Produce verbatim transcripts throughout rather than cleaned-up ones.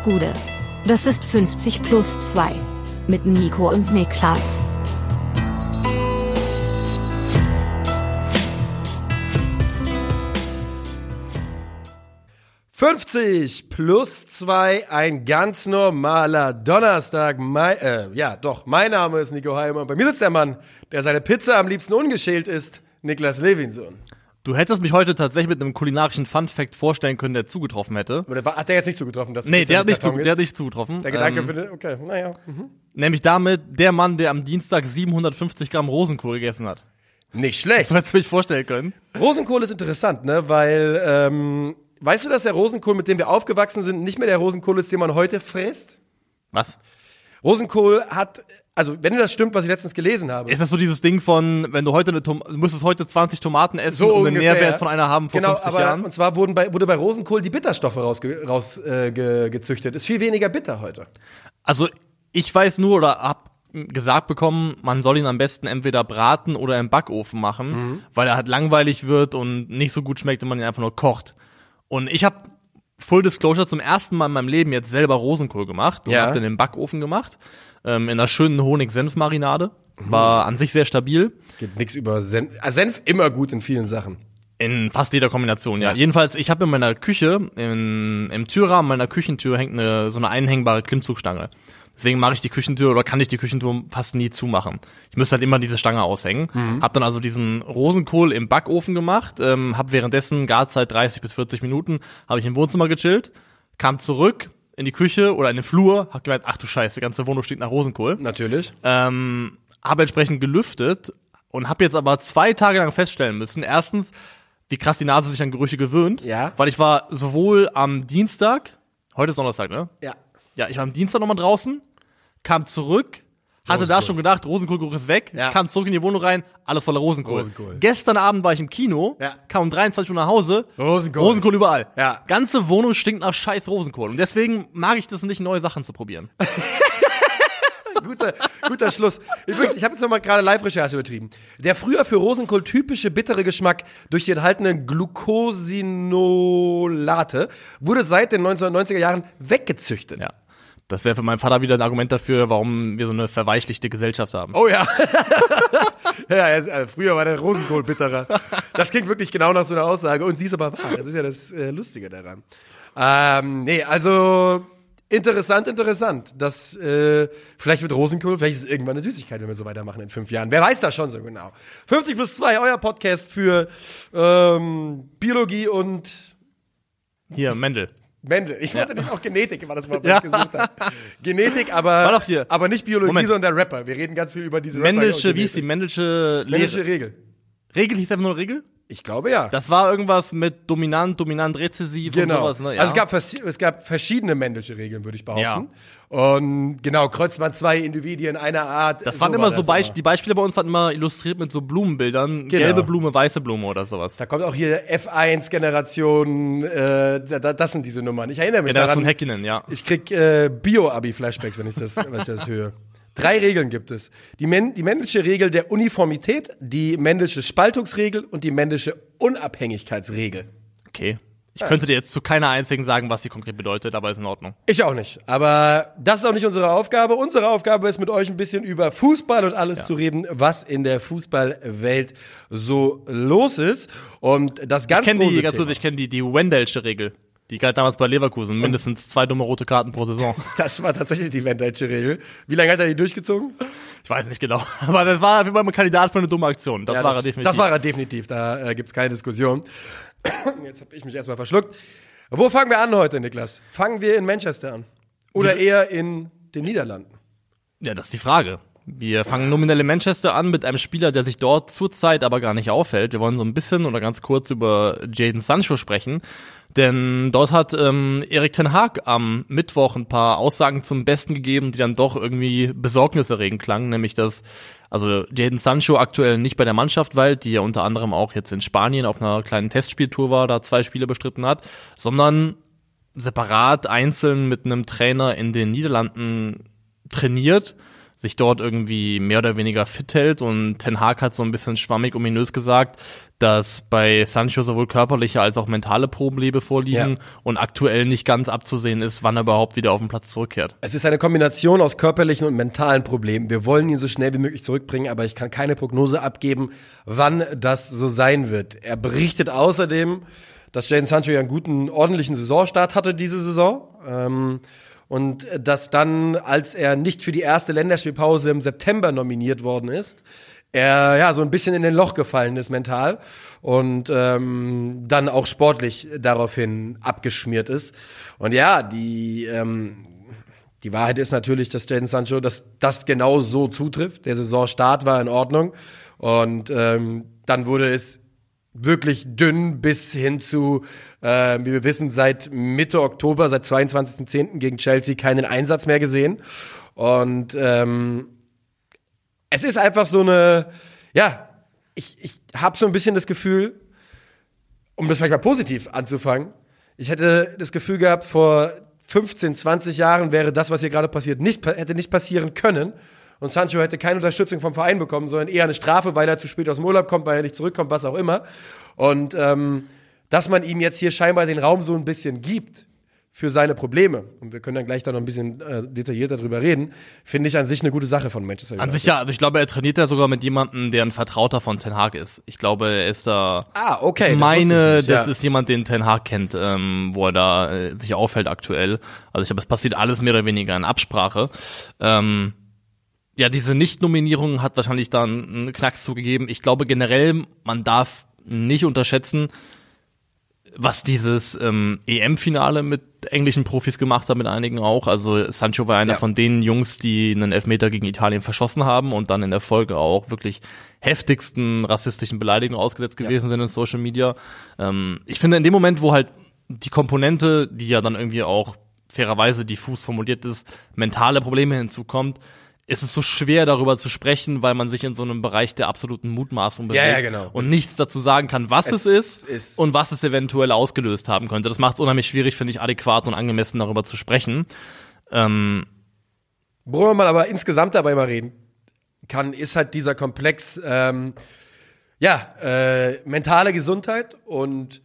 Gude. Das ist fünfzig plus zwei. Mit Nico und Niklas. fünfzig plus zwei, ein ganz normaler Donnerstag. Mein, äh, ja, doch, mein Name ist Nico Heimer und bei mir sitzt der Mann, der seine Pizza am liebsten ungeschält isst, Niklas Levinson. Du hättest mich heute tatsächlich mit einem kulinarischen Funfact vorstellen können, der zugetroffen hätte. Oder war, hat der jetzt nicht zugetroffen? Dass nee, der hat, nicht zu, der hat nicht zugetroffen. Der Gedanke ähm, für den, okay, naja. Mhm. Nämlich damit der Mann, der am Dienstag siebenhundertfünfzig Gramm Rosenkohl gegessen hat. Nicht schlecht. Das hättest du mich vorstellen können. Rosenkohl ist interessant, ne, weil, ähm, weißt du, dass der Rosenkohl, mit dem wir aufgewachsen sind, nicht mehr der Rosenkohl ist, den man heute fräst? Was? Rosenkohl hat, also wenn das stimmt, was ich letztens gelesen habe. Ist das so dieses Ding von, wenn du heute eine Tom- du müsstest heute zwanzig Tomaten essen so und einen ungefähr. Nährwert von einer haben vor genau, fünfzig aber, Jahren? Und zwar wurden bei, wurde bei Rosenkohl die Bitterstoffe rausgezüchtet. Raus, äh, ge, gezüchtet. Ist viel weniger bitter heute. Also ich weiß nur oder hab gesagt bekommen, man soll ihn am besten entweder braten oder im Backofen machen, mhm. weil er halt langweilig wird und nicht so gut schmeckt, wenn man ihn einfach nur kocht. Und ich habe Full Disclosure zum ersten Mal in meinem Leben jetzt selber Rosenkohl gemacht und ja. hab den im Backofen gemacht, ähm, in einer schönen Honig-Senf-Marinade. War an sich sehr stabil. Geht nix über Senf. Also Senf immer gut in vielen Sachen. In fast jeder Kombination, ja. ja. Jedenfalls, ich habe in meiner Küche, in, im Türrahmen meiner Küchentür hängt eine so eine einhängbare Klimmzugstange. Deswegen mache ich die Küchentür oder kann ich die Küchentür fast nie zumachen. Ich müsste halt immer diese Stange aushängen. Mhm. Hab dann also diesen Rosenkohl im Backofen gemacht, ähm, hab währenddessen Garzeit dreißig bis vierzig Minuten, habe ich im Wohnzimmer gechillt, kam zurück in die Küche oder in den Flur, hab gemerkt, ach du Scheiße, die ganze Wohnung steht nach Rosenkohl. Natürlich. Ähm, habe entsprechend gelüftet und habe jetzt aber zwei Tage lang feststellen müssen, erstens, wie krass die Nase sich an Gerüche gewöhnt, ja. weil ich war sowohl am Dienstag, heute ist Donnerstag, ne? Ja. Ja, ich war am Dienstag nochmal draußen, kam zurück, hatte Rosenkohl. da schon gedacht, Rosenkohlgeruch ist weg, ja. kam zurück in die Wohnung rein, alles voller Rosenkohl. Rosenkohl. Gestern Abend war ich im Kino, ja. kam um dreiundzwanzig Uhr nach Hause, Rosenkohl, Rosenkohl überall. Ja. Ganze Wohnung stinkt nach scheiß Rosenkohl. Und deswegen mag ich das nicht, neue Sachen zu probieren. guter, guter Schluss. Übrigens, ich habe jetzt nochmal gerade Live-Recherche betrieben. Der früher für Rosenkohl typische bittere Geschmack durch die enthaltenen Glucosinolate wurde seit den neunzehnhundertneunziger Jahren weggezüchtet. Ja. Das wäre für meinen Vater wieder ein Argument dafür, warum wir so eine verweichlichte Gesellschaft haben. Oh ja. ja, also früher war der Rosenkohl bitterer. Das klingt wirklich genau nach so einer Aussage. Und sie ist aber wahr. Das ist ja das äh, Lustige daran. Ähm, nee, also interessant, interessant. Das, äh, vielleicht wird Rosenkohl, vielleicht ist es irgendwann eine Süßigkeit, wenn wir so weitermachen in fünf Jahren. Wer weiß das schon so genau. fünfzig plus zwei, euer Podcast für ähm, Biologie und Hier, Mendel. Mendel. Ich wollte Ja. nicht auch Genetik, war das Wort, was Ja. ich gesucht habe. Genetik, aber, War doch hier. aber nicht Biologie, Moment. sondern der Rapper. Wir reden ganz viel über diese Mendelsche, Rapper. wie ist die Mendelsche Lehre? Mendelsche Regel. Regel hieß einfach nur Regel? Ich glaube, ja. Das war irgendwas mit dominant, dominant, rezessiv und sowas, ne? Ja. Also es gab, vers- es gab verschiedene Mendelsche Regeln, würde ich behaupten. Und genau, kreuzt man zwei Individuen einer Art. Das waren so immer war so das Beisp- immer. die Beispiele bei uns waren immer illustriert mit so Blumenbildern. Genau. Gelbe Blume, weiße Blume oder sowas. Da kommt auch hier F eins Generation, äh, da, das sind diese Nummern. Ich erinnere mich Generation daran. Häkkinen, ja. Ich krieg äh, Bio-Abi-Flashbacks, wenn ich das, wenn ich das höre. Drei Regeln gibt es. Die, Men- die Mendelsche Regel der Uniformität, die Mendelsche Spaltungsregel und die Mendelsche Unabhängigkeitsregel. Okay. Ich könnte dir jetzt zu keiner einzigen sagen, was die konkret bedeutet, aber ist in Ordnung. Ich auch nicht. Aber das ist auch nicht unsere Aufgabe. Unsere Aufgabe ist, mit euch ein bisschen über Fußball und alles Ja. zu reden, was in der Fußballwelt so los ist. Und das ganz Ich kenne die, große ganz Thema, kurz, ich kenne die, die Wendelsche Regel. Die galt damals bei Leverkusen. Mindestens zwei dumme rote Karten pro Saison. das war tatsächlich die Wendelsche Regel. Wie lange hat er die durchgezogen? Ich weiß nicht genau. Aber das war auf jeden Fall ein Kandidat für eine dumme Aktion. Das Ja, war das, er definitiv. Das war er definitiv. Da äh, gibt's keine Diskussion. Jetzt habe ich mich erstmal verschluckt. Wo fangen wir an heute, Niklas? Fangen wir in Manchester an? Oder eher in den Niederlanden? Ja, das ist die Frage. Wir fangen nominell in Manchester an mit einem Spieler, der sich dort zurzeit aber gar nicht auffällt. Wir wollen so ein bisschen oder ganz kurz über Jadon Sancho sprechen. Denn dort hat ähm, Erik ten Hag am Mittwoch ein paar Aussagen zum Besten gegeben, die dann doch irgendwie besorgniserregend klangen. Nämlich, dass also Jadon Sancho aktuell nicht bei der Mannschaft weilt, die ja unter anderem auch jetzt in Spanien auf einer kleinen Testspieltour war, da zwei Spiele bestritten hat, sondern separat einzeln mit einem Trainer in den Niederlanden trainiert, sich dort irgendwie mehr oder weniger fit hält. Und Ten Hag hat so ein bisschen schwammig ominös gesagt, dass bei Sancho sowohl körperliche als auch mentale Probleme vorliegen Ja. und aktuell nicht ganz abzusehen ist, wann er überhaupt wieder auf den Platz zurückkehrt. Es ist eine Kombination aus körperlichen und mentalen Problemen. Wir wollen ihn so schnell wie möglich zurückbringen, aber ich kann keine Prognose abgeben, wann das so sein wird. Er berichtet außerdem, dass Jadon Sancho ja einen guten, ordentlichen Saisonstart hatte diese Saison. Ähm, und dass dann, als er nicht für die erste Länderspielpause im September nominiert worden ist, er ja so ein bisschen in den Loch gefallen ist mental und ähm, dann auch sportlich daraufhin abgeschmiert ist. Und ja, die ähm, die Wahrheit ist natürlich, dass Jadon Sancho, dass das genau so zutrifft. Der Saisonstart war in Ordnung und ähm, dann wurde es wirklich dünn bis hin zu, äh, wie wir wissen, seit Mitte Oktober, seit zweiundzwanzigsten zehnten gegen Chelsea keinen Einsatz mehr gesehen. Und ähm, es ist einfach so eine, ja, ich, ich habe so ein bisschen das Gefühl, um das vielleicht mal positiv anzufangen, ich hätte das Gefühl gehabt, vor fünfzehn, zwanzig Jahren wäre das, was hier gerade passiert, nicht, hätte nicht passieren können. Und Sancho hätte keine Unterstützung vom Verein bekommen, sondern eher eine Strafe, weil er zu spät aus dem Urlaub kommt, weil er nicht zurückkommt, was auch immer. Und ähm, dass man ihm jetzt hier scheinbar den Raum so ein bisschen gibt für seine Probleme, und wir können dann gleich da noch ein bisschen äh, detaillierter drüber reden, finde ich an sich eine gute Sache von Manchester United. An sich ja, also ich glaube, er trainiert ja sogar mit jemandem, der ein Vertrauter von Ten Hag ist. Ich glaube, er ist da. Ah, okay. Ich meine, das, nicht, das ja. ist jemand, den Ten Hag kennt, ähm, wo er da äh, sich auffällt aktuell. Also ich glaube, es passiert alles mehr oder weniger in Absprache. Ähm, ja, diese Nicht-Nominierung hat wahrscheinlich da einen Knacks zugegeben. Ich glaube generell, man darf nicht unterschätzen, was dieses ähm, E M-Finale mit englischen Profis gemacht hat, mit einigen auch. Also Sancho war einer Ja. von den Jungs, die einen Elfmeter gegen Italien verschossen haben und dann in der Folge auch wirklich heftigsten rassistischen Beleidigungen ausgesetzt gewesen sind in Social Media. Ähm, ich finde, in dem Moment, wo halt die Komponente, die ja dann irgendwie auch fairerweise diffus formuliert ist, mentale Probleme hinzukommt, ist es so schwer, darüber zu sprechen, weil man sich in so einem Bereich der absoluten Mutmaßung bewegt Ja, ja, genau. und nichts dazu sagen kann, was es, Es ist, ist- und was es eventuell ausgelöst haben könnte. Das macht es unheimlich schwierig, finde ich, adäquat und angemessen darüber zu sprechen. Ähm, Worüber man aber insgesamt dabei mal reden kann, ist halt dieser Komplex, ähm, ja, äh, mentale Gesundheit und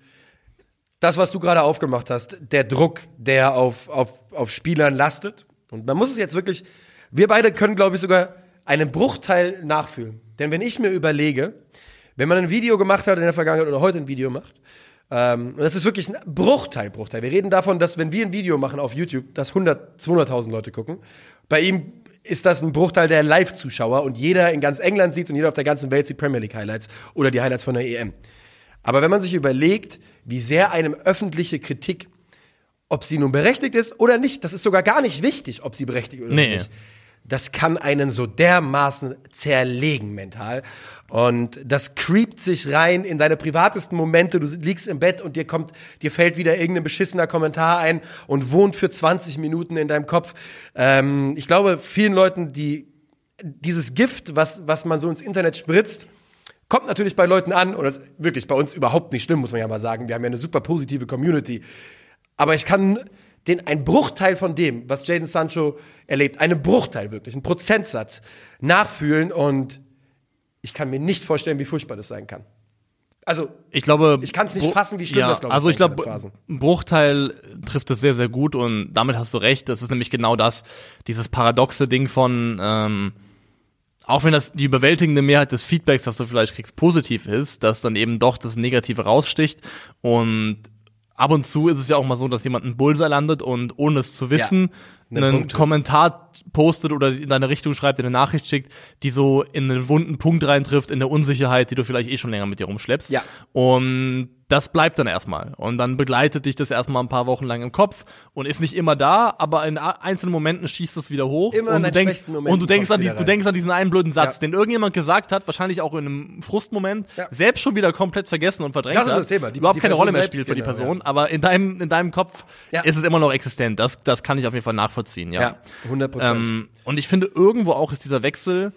das, was du gerade aufgemacht hast, der Druck, der auf, auf, auf Spielern lastet. Und man muss es jetzt wirklich, wir beide können, glaube ich, sogar einen Bruchteil nachfühlen. Denn wenn ich mir überlege, wenn man ein Video gemacht hat in der Vergangenheit oder heute ein Video macht, ähm, und das ist wirklich ein Bruchteil, Bruchteil. Wir reden davon, dass wenn wir ein Video machen auf YouTube, das hundert, zweihunderttausend Leute gucken. Bei ihm ist das ein Bruchteil der Live-Zuschauer und jeder in ganz England sieht und jeder auf der ganzen Welt sieht Premier League Highlights oder die Highlights von der E M. Aber wenn man sich überlegt, wie sehr einem öffentliche Kritik, ob sie nun berechtigt ist oder nicht, das ist sogar gar nicht wichtig, ob sie berechtigt ist oder Nee. nicht. Das kann einen so dermaßen zerlegen mental. Und das creept sich rein in deine privatesten Momente. Du liegst im Bett und dir kommt, dir fällt wieder irgendein beschissener Kommentar ein und wohnt für zwanzig Minuten in deinem Kopf. Ähm, ich glaube, vielen Leuten, die dieses Gift, was, was man so ins Internet spritzt, kommt natürlich bei Leuten an, und das ist wirklich bei uns überhaupt nicht schlimm, muss man ja mal sagen. Wir haben ja eine super positive Community. Aber ich kann den, ein Bruchteil von dem, was Jadon Sancho erlebt, einen Bruchteil wirklich, einen Prozentsatz nachfühlen, und ich kann mir nicht vorstellen, wie furchtbar das sein kann. Also, ich glaube, ich kann es nicht Bru- fassen, wie schlimm ja, das, glaube ich, Also ich sein kann glaube, in Phasen. ein Bruchteil trifft es sehr, sehr gut, und damit hast du recht. Das ist nämlich genau das, dieses paradoxe Ding von, ähm, auch wenn das die überwältigende Mehrheit des Feedbacks, das du vielleicht kriegst, positiv ist, dass dann eben doch das Negative raussticht. Und ab und zu ist es ja auch mal so, dass jemand einen Bullseye landet und ohne es zu wissen, einen einen Punkt trifft. Kommentar postet oder in deine Richtung schreibt, dir eine Nachricht schickt, die so in einen wunden Punkt reintrifft, in der Unsicherheit, die du vielleicht eh schon länger mit dir rumschleppst. Ja. Und das bleibt dann erstmal. Und dann begleitet dich das erstmal ein paar Wochen lang im Kopf und ist nicht immer da, aber in a- einzelnen Momenten schießt es wieder hoch. Immer in und du deinen denkst, schwächsten Momenten und du denkst kommt's an wieder diesen, du rein. denkst an diesen einen blöden Satz, Ja. den irgendjemand gesagt hat, wahrscheinlich auch in einem Frustmoment, Ja. selbst schon wieder komplett vergessen und verdrängt Das ist hat. das Thema. Die- überhaupt die keine Person Rolle mehr selbst, spielt für die genau, Person, aber in deinem, in deinem Kopf Ja. ist es immer noch existent. Das, das kann ich auf jeden Fall nachvollziehen, ja. Ja, hundert Prozent. Ähm, und ich finde, irgendwo auch ist dieser Wechsel,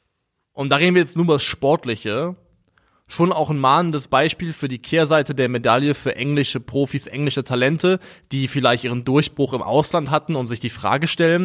und da reden wir jetzt nur über das Sportliche, schon auch ein mahnendes Beispiel für die Kehrseite der Medaille für englische Profis, englische Talente, die vielleicht ihren Durchbruch im Ausland hatten und sich die Frage stellen,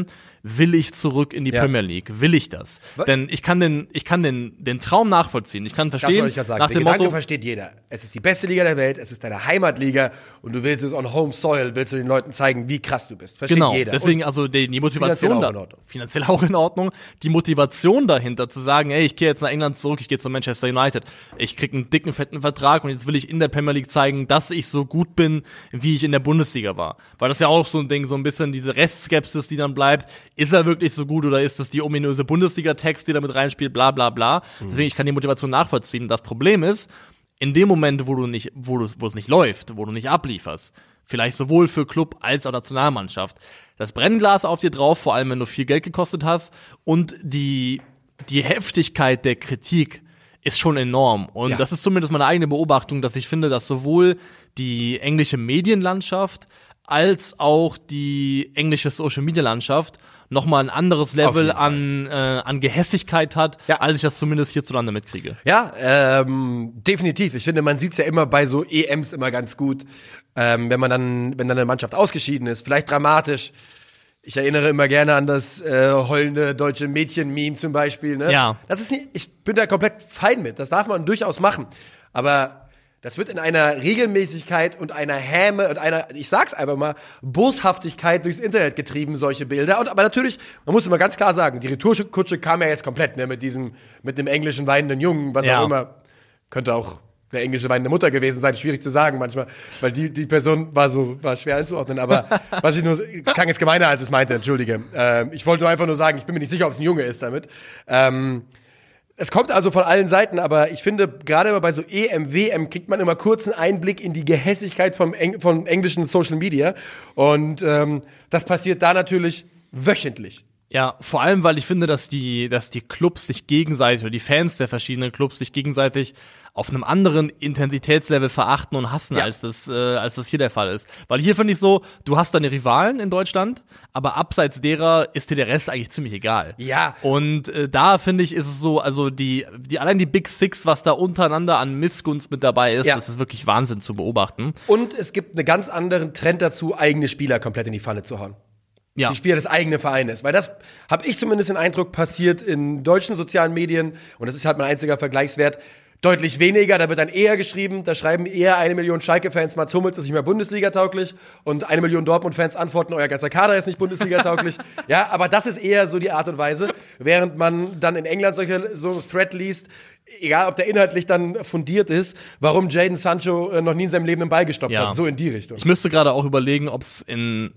will ich zurück in die Ja. Premier League? Will ich das? Was? Denn ich kann den, ich kann den, den Traum nachvollziehen. Ich kann Das verstehen, wollte ich gerade sagen. nach Den dem Gedanke Motto, versteht jeder. Es ist die beste Liga der Welt, es ist deine Heimatliga und du willst es on home soil, willst du den Leuten zeigen, wie krass du bist. Versteht genau, jeder. deswegen also die, die Motivation finanziell auch da, in Ordnung. finanziell auch in Ordnung, die Motivation dahinter zu sagen, ey, ich gehe jetzt nach England zurück, ich gehe zu Manchester United, ich krieg einen dicken, fetten Vertrag und jetzt will ich in der Premier League zeigen, dass ich so gut bin, wie ich in der Bundesliga war. Weil das ja auch so ein Ding, so ein bisschen diese Restskepsis, die dann bleibt, ist er wirklich so gut oder ist das die ominöse Bundesliga-Text, die da mit reinspielt, bla bla bla. Mhm. Deswegen, ich kann die Motivation nachvollziehen. Das Problem ist, in dem Moment, wo du nicht, wo du, wo es nicht läuft, wo du nicht ablieferst, vielleicht sowohl für Club als auch Nationalmannschaft, das Brennglas auf dir drauf, vor allem wenn du viel Geld gekostet hast und die, die Heftigkeit der Kritik ist schon enorm. Und Ja. das ist zumindest meine eigene Beobachtung, dass ich finde, dass sowohl die englische Medienlandschaft als auch die englische Social-Media-Landschaft nochmal ein anderes Level jeden Fall. an, äh, an Gehässigkeit hat, Ja. als ich das zumindest hierzulande mitkriege. Ja, ähm, definitiv. Ich finde, man sieht's ja immer bei so E Ms immer ganz gut, ähm, wenn man dann, wenn dann eine Mannschaft ausgeschieden ist, vielleicht dramatisch. Ich erinnere immer gerne an das äh, heulende deutsche Mädchen-Meme zum Beispiel. Ne? Ja. Das ist nicht, ich bin da komplett fein mit. Das darf man durchaus machen. Aber das wird in einer Regelmäßigkeit und einer Häme und einer, ich sag's einfach mal, Boshaftigkeit durchs Internet getrieben, solche Bilder. Und aber natürlich, man muss immer ganz klar sagen, die Retourkutsche kam ja jetzt komplett, ne, mit diesem, mit dem englischen weinenden Jungen, was Ja. auch immer. Könnte auch eine englische weinende Mutter gewesen sein, schwierig zu sagen manchmal, weil die, die Person war so, war schwer einzuordnen, aber was ich nur, klang jetzt gemeiner, als es meinte, entschuldige. Ähm, ich wollte nur einfach nur sagen, ich bin mir nicht sicher, ob es ein Junge ist damit. Ähm, Es kommt also von allen Seiten, aber ich finde, gerade immer bei so E M, W M kriegt man immer kurzen Einblick in die Gehässigkeit vom, Eng vom englischen Social Media. Und ähm, das passiert da natürlich wöchentlich. Ja, vor allem, weil ich finde, dass die, dass die Clubs sich gegenseitig oder die Fans der verschiedenen Clubs sich gegenseitig auf einem anderen Intensitätslevel verachten und hassen, Ja. als das, äh, als das hier der Fall ist. Weil hier finde ich so, du hast deine Rivalen in Deutschland, aber abseits derer ist dir der Rest eigentlich ziemlich egal. Ja. Und äh, da finde ich, ist es so, also die, die, allein die Big Six, was da untereinander an Missgunst mit dabei ist, Ja. das ist wirklich Wahnsinn zu beobachten. Und es gibt einen ganz anderen Trend dazu, eigene Spieler komplett in die Pfanne zu hauen. Ja. Die Spieler des eigenen Vereines. Weil das habe ich zumindest den Eindruck, passiert in deutschen sozialen Medien, und das ist halt mein einziger Vergleichswert, deutlich weniger. Da wird dann eher geschrieben, da schreiben eher eine Million Schalke-Fans, Mats Hummels ist nicht mehr Bundesliga-tauglich, und eine Million Dortmund-Fans antworten, euer ganzer Kader ist nicht Bundesliga-tauglich. Ja, aber das ist eher so die Art und Weise. Während man dann in England solche, so einen Thread liest, egal ob der inhaltlich dann fundiert ist, warum Jadon Sancho äh, noch nie in seinem Leben einen Ball gestoppt Ja. hat. So in die Richtung. Ich müsste gerade auch überlegen, ob es in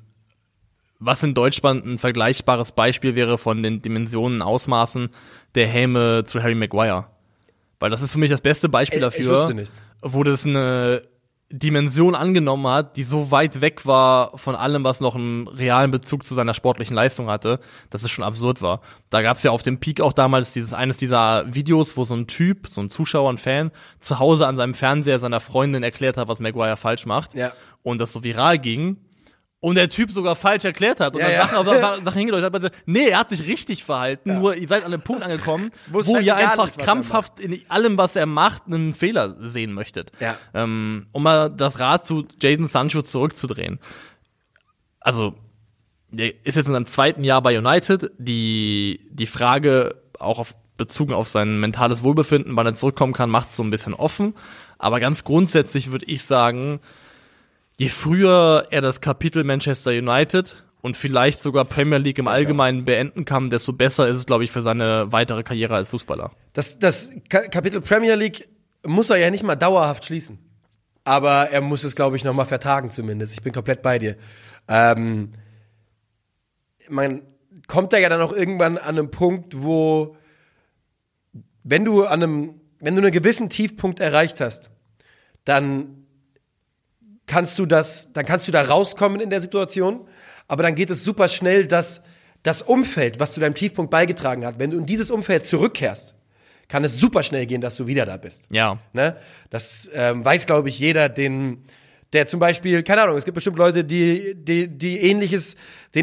was in Deutschland ein vergleichbares Beispiel wäre von den Dimensionen, Ausmaßen der Häme zu Harry Maguire. Weil das ist für mich das beste Beispiel Ey, ich dafür, wusste nichts. wo das eine Dimension angenommen hat, die so weit weg war von allem, was noch einen realen Bezug zu seiner sportlichen Leistung hatte, dass es schon absurd war. Da gab es ja auf dem Peak auch damals dieses eines dieser Videos, wo so ein Typ, so ein Zuschauer, ein Fan, zu Hause an seinem Fernseher seiner Freundin erklärt hat, was Maguire falsch macht. Ja. Und das so viral ging. Und der Typ sogar falsch erklärt hat und Ja, dann ja. Sachen, auf, Sachen hingedeutet hat. Nee, er hat sich richtig verhalten, nur ihr seid an einem Punkt angekommen, Wo es wo ihr scheißegal einfach ist, was er krampfhaft in allem, was er macht, einen Fehler sehen möchtet. Ja. Ähm, um mal das Rad zu Jadon Sancho zurückzudrehen. Also, der ist jetzt in seinem zweiten Jahr bei United. Die, die Frage, auch auf bezogen auf sein mentales Wohlbefinden, wann er zurückkommen kann, macht es so ein bisschen offen. Aber ganz grundsätzlich würde ich sagen, je früher er das Kapitel Manchester United und vielleicht sogar Premier League im Allgemeinen beenden kann, desto besser ist es, glaube ich, für seine weitere Karriere als Fußballer. Das, das Ka- Kapitel Premier League muss er ja nicht mal dauerhaft schließen. Aber er muss es, glaube ich, noch mal vertagen zumindest. Ich bin komplett bei dir. Ähm, man kommt da ja dann auch irgendwann an einem Punkt, wo, wenn du an einem, wenn du einen gewissen Tiefpunkt erreicht hast, dann kannst du das, dann kannst du da rauskommen in der Situation, aber dann geht es super schnell, dass das Umfeld, was zu deinem Tiefpunkt beigetragen hat, wenn du in dieses Umfeld zurückkehrst, kann es super schnell gehen, dass du wieder da bist. Ja. Ne? Das ähm, weiß, glaube ich, jeder, den, der zum Beispiel, keine Ahnung, es gibt bestimmt Leute, die, die, die ähnliches, den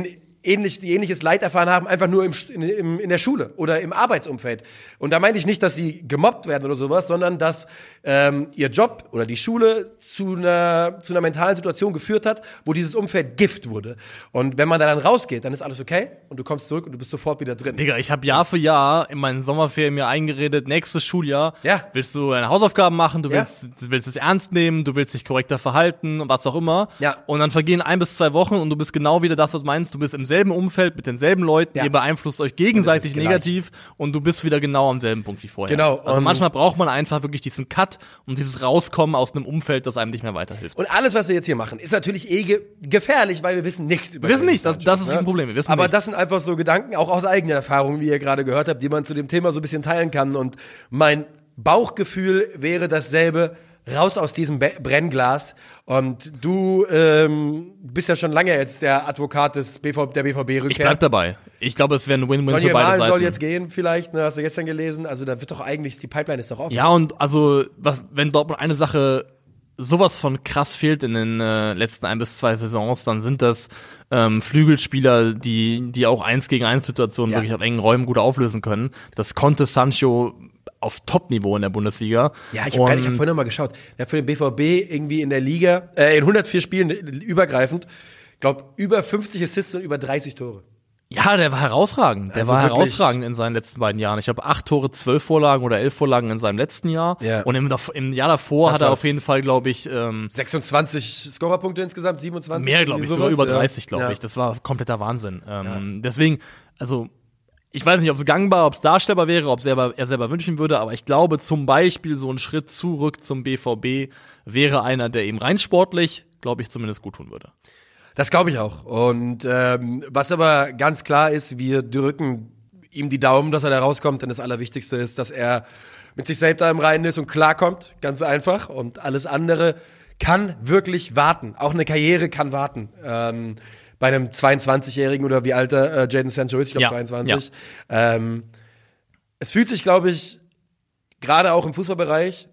ähnlich, die ähnliches Leid erfahren haben, einfach nur im, in, in der Schule oder im Arbeitsumfeld. Und da meine ich nicht, dass sie gemobbt werden oder sowas, sondern dass ähm, ihr Job oder die Schule zu einer, zu einer mentalen Situation geführt hat, wo dieses Umfeld Gift wurde. Und wenn man da dann rausgeht, dann ist alles okay und du kommst zurück und du bist sofort wieder drin. Digga, ich habe Jahr für Jahr in meinen Sommerferien mir eingeredet, nächstes Schuljahr Ja. willst du deine Hausaufgaben machen, du Ja. willst, du willst es ernst nehmen, du willst dich korrekter verhalten und was auch immer. Ja. Und dann vergehen ein bis zwei Wochen und du bist genau wieder das, was du meinst. Du bist im selben Umfeld mit denselben Leuten, Ja. ihr beeinflusst euch gegenseitig Und es ist gleich. negativ und du bist wieder genau am selben Punkt wie vorher. Genau, Also um- manchmal braucht man einfach wirklich diesen Cut und dieses Rauskommen aus einem Umfeld, das einem nicht mehr weiterhilft. Und alles, was wir jetzt hier machen, ist natürlich eh ge gefährlich, weil wir wissen nichts über Wir wissen Jadon nichts, das- Sancho, das ist ne? ein Problem, wir wissen Aber nichts. das sind einfach so Gedanken, auch aus eigener Erfahrung, wie ihr gerade gehört habt, die man zu dem Thema so ein bisschen teilen kann. Und mein Bauchgefühl wäre dasselbe, raus aus diesem Be Brennglas. Und du ähm, bist ja schon lange jetzt der Advokat des B V, der B V B-Rückkehr. Ich bleib dabei. Ich glaube, es wäre ein Win-Win Sonny für beide Malen Seiten. soll jetzt gehen vielleicht, ne, hast du gestern gelesen. Also da wird doch eigentlich, die Pipeline ist doch offen. Ja, und also, was, wenn Dortmund eine Sache sowas von krass fehlt in den äh, letzten ein bis zwei Saisons, dann sind das ähm, Flügelspieler, die, die auch eins gegen eins Situationen Ja. wirklich auf engen Räumen gut auflösen können. Das konnte Sancho auf Top-Niveau in der Bundesliga. Ja, ich habe hab Und- vorhin noch mal geschaut. Der hat für den B V B irgendwie in der Liga, äh, in hundertvier Spielen übergreifend, glaub über fünfzig Assists und über dreißig Tore. Ja, der war herausragend. Der Also war wirklich- herausragend in seinen letzten beiden Jahren. Ich habe acht Tore, zwölf Vorlagen oder elf Vorlagen in seinem letzten Jahr. Ja. Und im, dav- im Jahr davor Das hat er war auf jeden das- Fall, glaube ich, ähm, sechsundzwanzig Scorerpunkte insgesamt, siebenundzwanzig? mehr, glaube ich, irgendwie sogar sowas, über ja. dreißig, glaube Ja. ich. Das war kompletter Wahnsinn. Ähm, Deswegen, also ich weiß nicht, ob es gangbar, ob es darstellbar wäre, ob selber, er selber wünschen würde, aber ich glaube zum Beispiel so ein Schritt zurück zum B V B wäre einer, der ihm rein sportlich, glaube ich, zumindest gut tun würde. Das glaube ich auch. Und ähm, was aber ganz klar ist, wir drücken ihm die Daumen, dass er da rauskommt, denn das Allerwichtigste ist, dass er mit sich selbst da im Reinen ist und klarkommt, ganz einfach. Und alles andere kann wirklich warten. Auch eine Karriere kann warten. Ähm, bei einem zweiundzwanzigjährigen oder wie alt er äh, Jadon Sancho ist, ich glaube Ja, zweiundzwanzig. Ähm, es fühlt sich, glaube ich, gerade auch im Fußballbereich,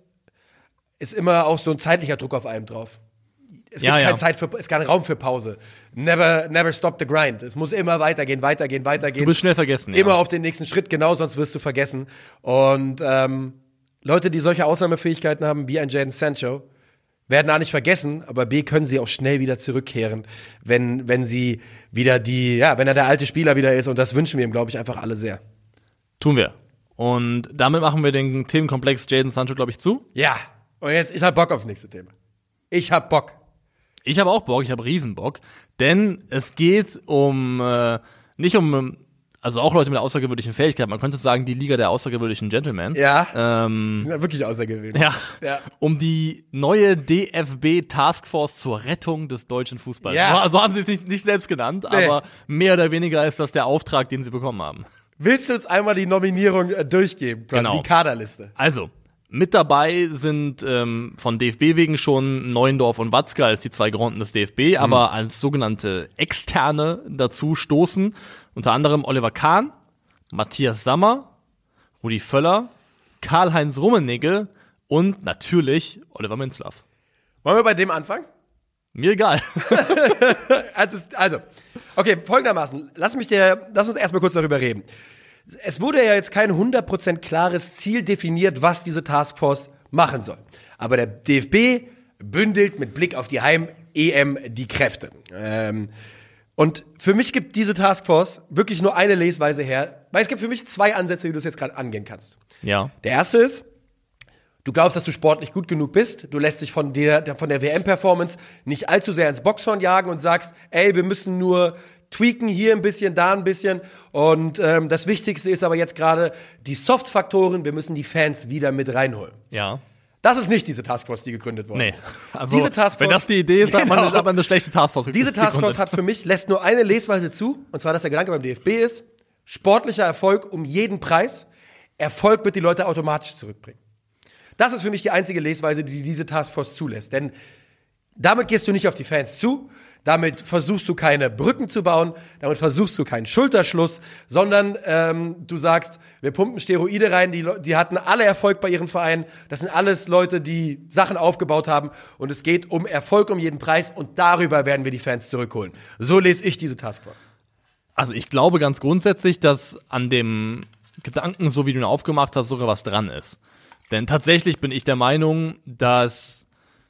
ist immer auch so ein zeitlicher Druck auf einem drauf. Es gibt Ja, ja. keine Zeit für, es ist kein Raum für Pause. Never, never stop the grind. Es muss immer weitergehen, weitergehen, weitergehen. Du bist schnell vergessen. Immer ja. auf den nächsten Schritt, genau, sonst wirst du vergessen. Und ähm, Leute, die solche Ausnahmefähigkeiten haben, wie ein Jadon Sancho, werden A nicht vergessen, aber B können sie auch schnell wieder zurückkehren, wenn, wenn sie wieder die, ja, wenn er der alte Spieler wieder ist. Und das wünschen wir ihm, glaube ich, einfach alle sehr. Tun wir. Und damit machen wir den Themenkomplex Jadon Sancho, glaube ich, zu. Ja. Und jetzt, ich hab Bock aufs nächste Thema. Ich hab Bock. Ich habe auch Bock, ich habe Riesenbock, denn es geht um, äh, nicht um, also auch Leute mit außergewöhnlichen Fähigkeiten, man könnte sagen, die Liga der außergewöhnlichen Gentlemen. Ja. Ähm, Sind ja wirklich außergewöhnlich. ja, Ja. um die neue D F B-Taskforce zur Rettung des deutschen Fußballs. Ja. So, so haben sie es nicht, nicht selbst genannt, Nee. aber mehr oder weniger ist das der Auftrag, den sie bekommen haben. Willst du uns einmal die Nominierung äh, durchgeben? Quasi Genau. Die Kaderliste. Also, mit dabei sind ähm, von D F B wegen schon Neuendorf und Watzke als die zwei Granden des D F B, aber als sogenannte Externe dazu stoßen unter anderem Oliver Kahn, Matthias Sammer, Rudi Völler, Karl-Heinz Rummenigge und natürlich Oliver Minzlaff. Wollen wir bei dem anfangen? Mir egal. Also, also, okay, folgendermaßen. Lass mich dir, lass uns erstmal kurz darüber reden. Es wurde ja jetzt kein hundert Prozent klares Ziel definiert, was diese Taskforce machen soll. Aber der D F B bündelt mit Blick auf die Heim-E M die Kräfte. Ähm, und für mich gibt diese Taskforce wirklich nur eine Lesweise her, weil es gibt für mich zwei Ansätze, wie du es jetzt gerade angehen kannst. Ja. Der erste ist, du glaubst, dass du sportlich gut genug bist, du lässt dich von der, der von der W M-Performance nicht allzu sehr ins Boxhorn jagen und sagst, ey, wir müssen nur tweaken, hier ein bisschen, da ein bisschen. Und ähm, das Wichtigste ist aber jetzt gerade die Soft-Faktoren, wir müssen die Fans wieder mit reinholen. Ja. Das ist nicht diese Taskforce, die gegründet worden Nee. ist. Also, Diese Taskforce- wenn das die Idee ist, dann hat man, Genau. hat man eine schlechte Taskforce Diese Taskforce gegründet. hat für mich, lässt nur eine Lesweise zu, und zwar, dass der Gedanke beim D F B ist, sportlicher Erfolg um jeden Preis, Erfolg wird die Leute automatisch zurückbringen. Das ist für mich die einzige Lesweise, die diese Taskforce zulässt. Denn damit gehst du nicht auf die Fans zu, damit versuchst du keine Brücken zu bauen, damit versuchst du keinen Schulterschluss, sondern ähm, du sagst, wir pumpen Steroide rein, die, Le- die hatten alle Erfolg bei ihren Vereinen, das sind alles Leute, die Sachen aufgebaut haben und es geht um Erfolg um jeden Preis und darüber werden wir die Fans zurückholen. So lese ich diese Taskforce. Also ich glaube ganz grundsätzlich, dass an dem Gedanken, so wie du ihn aufgemacht hast, sogar was dran ist. Denn tatsächlich bin ich der Meinung, dass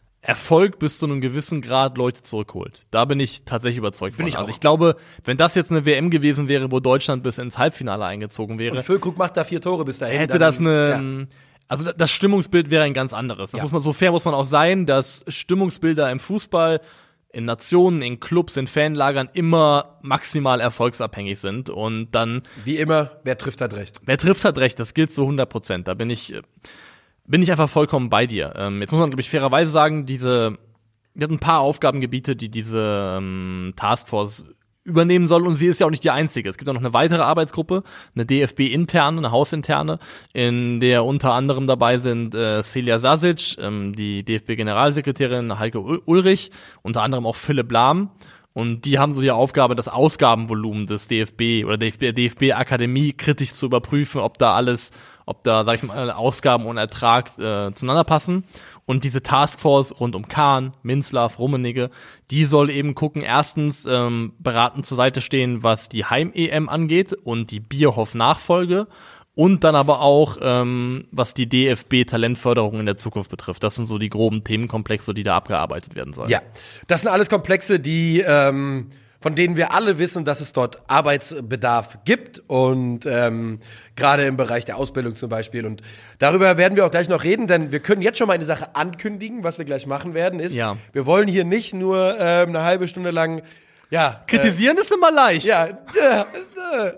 Erfolg bis zu einem gewissen Grad Leute zurückholt. Da bin ich tatsächlich überzeugt von. Bin ich auch. Also ich glaube, wenn das jetzt eine W M gewesen wäre, wo Deutschland bis ins Halbfinale eingezogen wäre, Und Füllkrug macht da vier Tore bis dahin. hätte dann, das eine, ja. also das Stimmungsbild wäre ein ganz anderes. Das Ja. muss man, so fair muss man auch sein, dass Stimmungsbilder im Fußball, in Nationen, in Clubs, in Fanlagern immer maximal erfolgsabhängig sind und dann, Wie immer, wer trifft, hat recht. wer trifft, hat recht, das gilt zu hundert Prozent. Da bin ich, bin ich einfach vollkommen bei dir. Ähm, jetzt muss man, glaube ich, fairerweise sagen, diese, wir hatten ein paar Aufgabengebiete, die diese ähm, Taskforce übernehmen soll, und sie ist ja auch nicht die einzige. Es gibt auch noch eine weitere Arbeitsgruppe, eine D F B-interne, eine hausinterne, in der unter anderem dabei sind äh, Celia Sasic, ähm, die D F B-Generalsekretärin Heike Ul- Ulrich, unter anderem auch Philipp Lahm. Und die haben so die Aufgabe, das Ausgabenvolumen des D F B oder der D F B-Akademie kritisch zu überprüfen, ob da alles, ob da, sag ich mal, Ausgaben und Ertrag äh, zueinander passen. Und diese Taskforce rund um Kahn, Minzlaff, Rummenigge, die soll eben gucken, erstens ähm, beratend zur Seite stehen, was die Heim-E M angeht und die Bierhoff-Nachfolge. Und dann aber auch, ähm, was die D F B-Talentförderung in der Zukunft betrifft. Das sind so die groben Themenkomplexe, die da abgearbeitet werden sollen. Ja, das sind alles Komplexe, die ähm, von denen wir alle wissen, dass es dort Arbeitsbedarf gibt und ähm, gerade im Bereich der Ausbildung zum Beispiel. Und darüber werden wir auch gleich noch reden, denn wir können jetzt schon mal eine Sache ankündigen, was wir gleich machen werden, ist, Ja. wir wollen hier nicht nur ähm, eine halbe Stunde lang ja, Kritisieren ist immer leicht. Ja, äh, äh,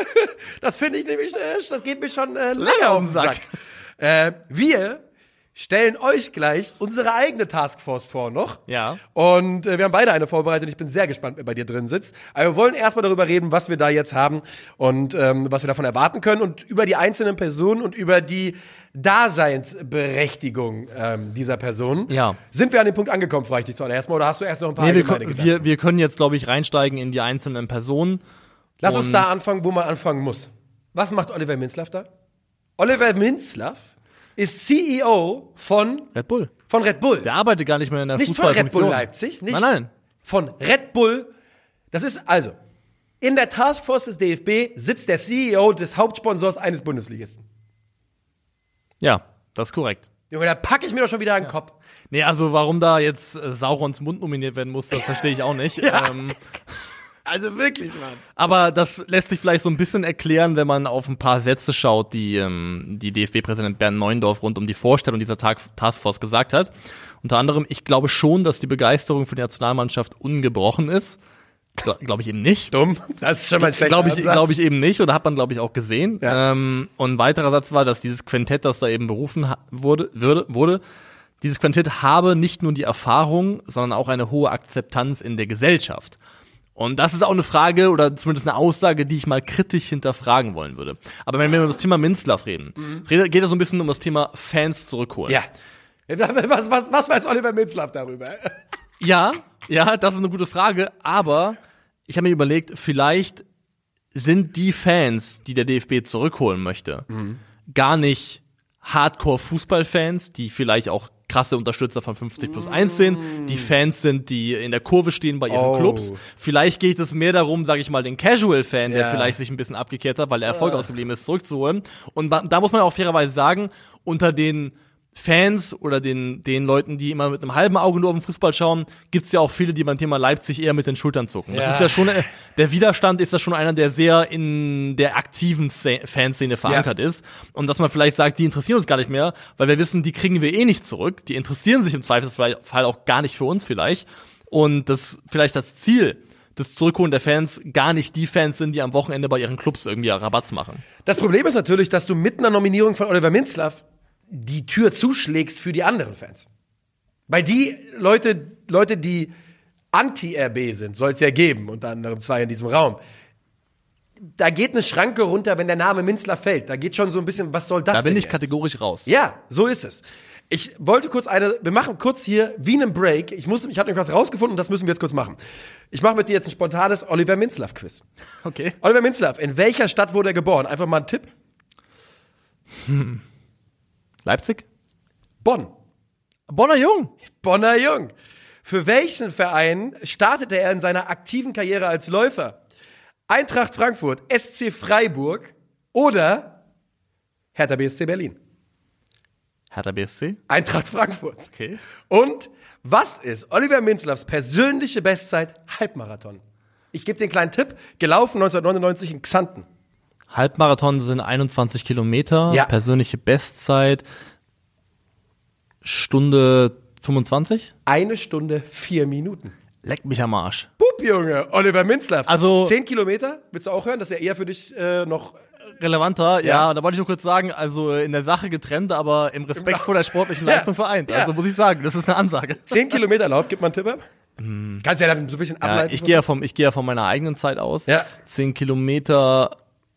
das finde ich nämlich, äh, das geht mir schon äh, lange auf den Sack. Äh, wir stellen euch gleich unsere eigene Taskforce vor noch. Ja. Und äh, wir haben beide eine vorbereitet. Ich bin sehr gespannt, wer bei dir drin sitzt. Aber wir wollen erstmal darüber reden, was wir da jetzt haben und ähm, was wir davon erwarten können und über die einzelnen Personen und über die Daseinsberechtigung ähm, dieser Person. Ja. Sind wir an dem Punkt angekommen, frage ich dich zuallererst mal, oder hast du erst noch ein paar Nee, wir, allgemeine können, Gedanken? wir, wir können jetzt, glaube ich, reinsteigen in die einzelnen Personen. Lass uns Und- da anfangen, wo man anfangen muss. Was macht Oliver Minzlaff da? Oliver Minzlaff ist C E O von, Red Bull. von Red Bull. Der arbeitet gar nicht mehr in der Nicht von Red Fußballfunktion. Bull Leipzig, nicht Nein, nein. von Red Bull. Das ist also, in der Taskforce des D F B sitzt der C E O des Hauptsponsors eines Bundesligisten. Ja, das ist korrekt. Junge, da packe ich mir doch schon wieder an den Kopf. Nee, also warum da jetzt äh, Saurons Mund nominiert werden muss, das verstehe ich auch nicht. Ja. ähm, Also wirklich, Mann. aber das lässt sich vielleicht so ein bisschen erklären, wenn man auf ein paar Sätze schaut, die ähm, die D F B-Präsident Bernd Neuendorf rund um die Vorstellung dieser Tag Taskforce gesagt hat. Unter anderem, ich glaube schon, dass die Begeisterung für die Nationalmannschaft ungebrochen ist. Gla- Glaube ich eben nicht. Dumm. Das ist schon mal ein schlechter Glaube ich, Ansatz. glaube ich eben nicht, oder hat man, glaube ich, auch gesehen. Ja. Ähm, und ein weiterer Satz war, dass dieses Quintett, das da eben berufen ha- wurde, würde, wurde, dieses Quintett habe nicht nur die Erfahrung, sondern auch eine hohe Akzeptanz in der Gesellschaft. Und das ist auch eine Frage oder zumindest eine Aussage, die ich mal kritisch hinterfragen wollen würde. Aber wenn wir über das Thema Minzlaff reden, es redet- geht es so ein bisschen um das Thema Fans zurückholen. Ja. Was, was, was weiß Oliver Minzlaff darüber? Ja, ja, das ist eine gute Frage, aber ich habe mir überlegt, vielleicht sind die Fans, die der D F B zurückholen möchte, Mhm. gar nicht Hardcore-Fußballfans, die vielleicht auch krasse Unterstützer von fünfzig plus eins sind, die Fans sind, die in der Kurve stehen bei ihren Oh. Clubs. Vielleicht geht es mehr darum, sage ich mal, den Casual-Fan, der Ja. vielleicht sich ein bisschen abgekehrt hat, weil der Erfolg ausgeblieben ist, zurückzuholen. Und ba- da muss man auch fairerweise sagen, unter den Fans oder den, den Leuten, die immer mit einem halben Auge nur auf den Fußball schauen, gibt's ja auch viele, die beim Thema Leipzig eher mit den Schultern zucken. Ja. Das ist ja schon, äh, der Widerstand ist ja schon einer, der sehr in der aktiven Szene- Fanszene verankert ist. Und dass man vielleicht sagt, die interessieren uns gar nicht mehr, weil wir wissen, die kriegen wir eh nicht zurück. Die interessieren sich im Zweifelsfall auch gar nicht für uns vielleicht. Und das vielleicht das Ziel des Zurückholen der Fans gar nicht die Fans sind, die am Wochenende bei ihren Clubs irgendwie Rabatz machen. Das Problem ist natürlich, dass du mit einer Nominierung von Oliver Minzlaff die Tür zuschlägst für die anderen Fans. Weil die Leute, Leute, die anti-R B sind, soll es ja geben, unter anderem zwei in diesem Raum. Da geht eine Schranke runter, wenn der Name Minzlaff fällt. Da geht schon so ein bisschen, was soll das Da bin denn ich jetzt? kategorisch raus. Ja, so ist es. Ich wollte kurz eine, wir machen kurz hier wie einen Break. Ich muss, ich habe nämlich was rausgefunden und das müssen wir jetzt kurz machen. Ich mache mit dir jetzt ein spontanes Oliver Minzlaff-Quiz. Okay. Oliver Minzlaff, in welcher Stadt wurde er geboren? Einfach mal ein Tipp. Leipzig? Bonn. Bonner Jung. Bonner Jung. Für welchen Verein startete er in seiner aktiven Karriere als Läufer? Eintracht Frankfurt, S C Freiburg oder Hertha B S C Berlin? Hertha B S C? Eintracht Frankfurt. Okay. Und was ist Oliver Minzlaffs persönliche Bestzeit Halbmarathon? Ich gebe dir einen kleinen Tipp. Gelaufen neunzehnhundertneunundneunzig in Xanten. Halbmarathon sind einundzwanzig Kilometer. Ja. Persönliche Bestzeit Stunde fünfundzwanzig? Eine Stunde, vier Minuten. Leck mich am Arsch. Pup, Junge, Oliver Minzlaff. Also- Zehn Kilometer, willst du auch hören? Das ist ja eher für dich äh, noch... Relevanter, Ja. ja. Da wollte ich nur kurz sagen, also in der Sache getrennt, aber im Respekt Im- vor der sportlichen Ja. Leistung vereint. Ja. Also muss ich sagen, das ist eine Ansage. Zehn Kilometer Lauf, gib mal einen Tipp ab. Kannst ja dann so ein bisschen Ja, ableiten. ich gehe ja vom, ich gehe ja von meiner eigenen Zeit aus. Ja. Zehn Kilometer,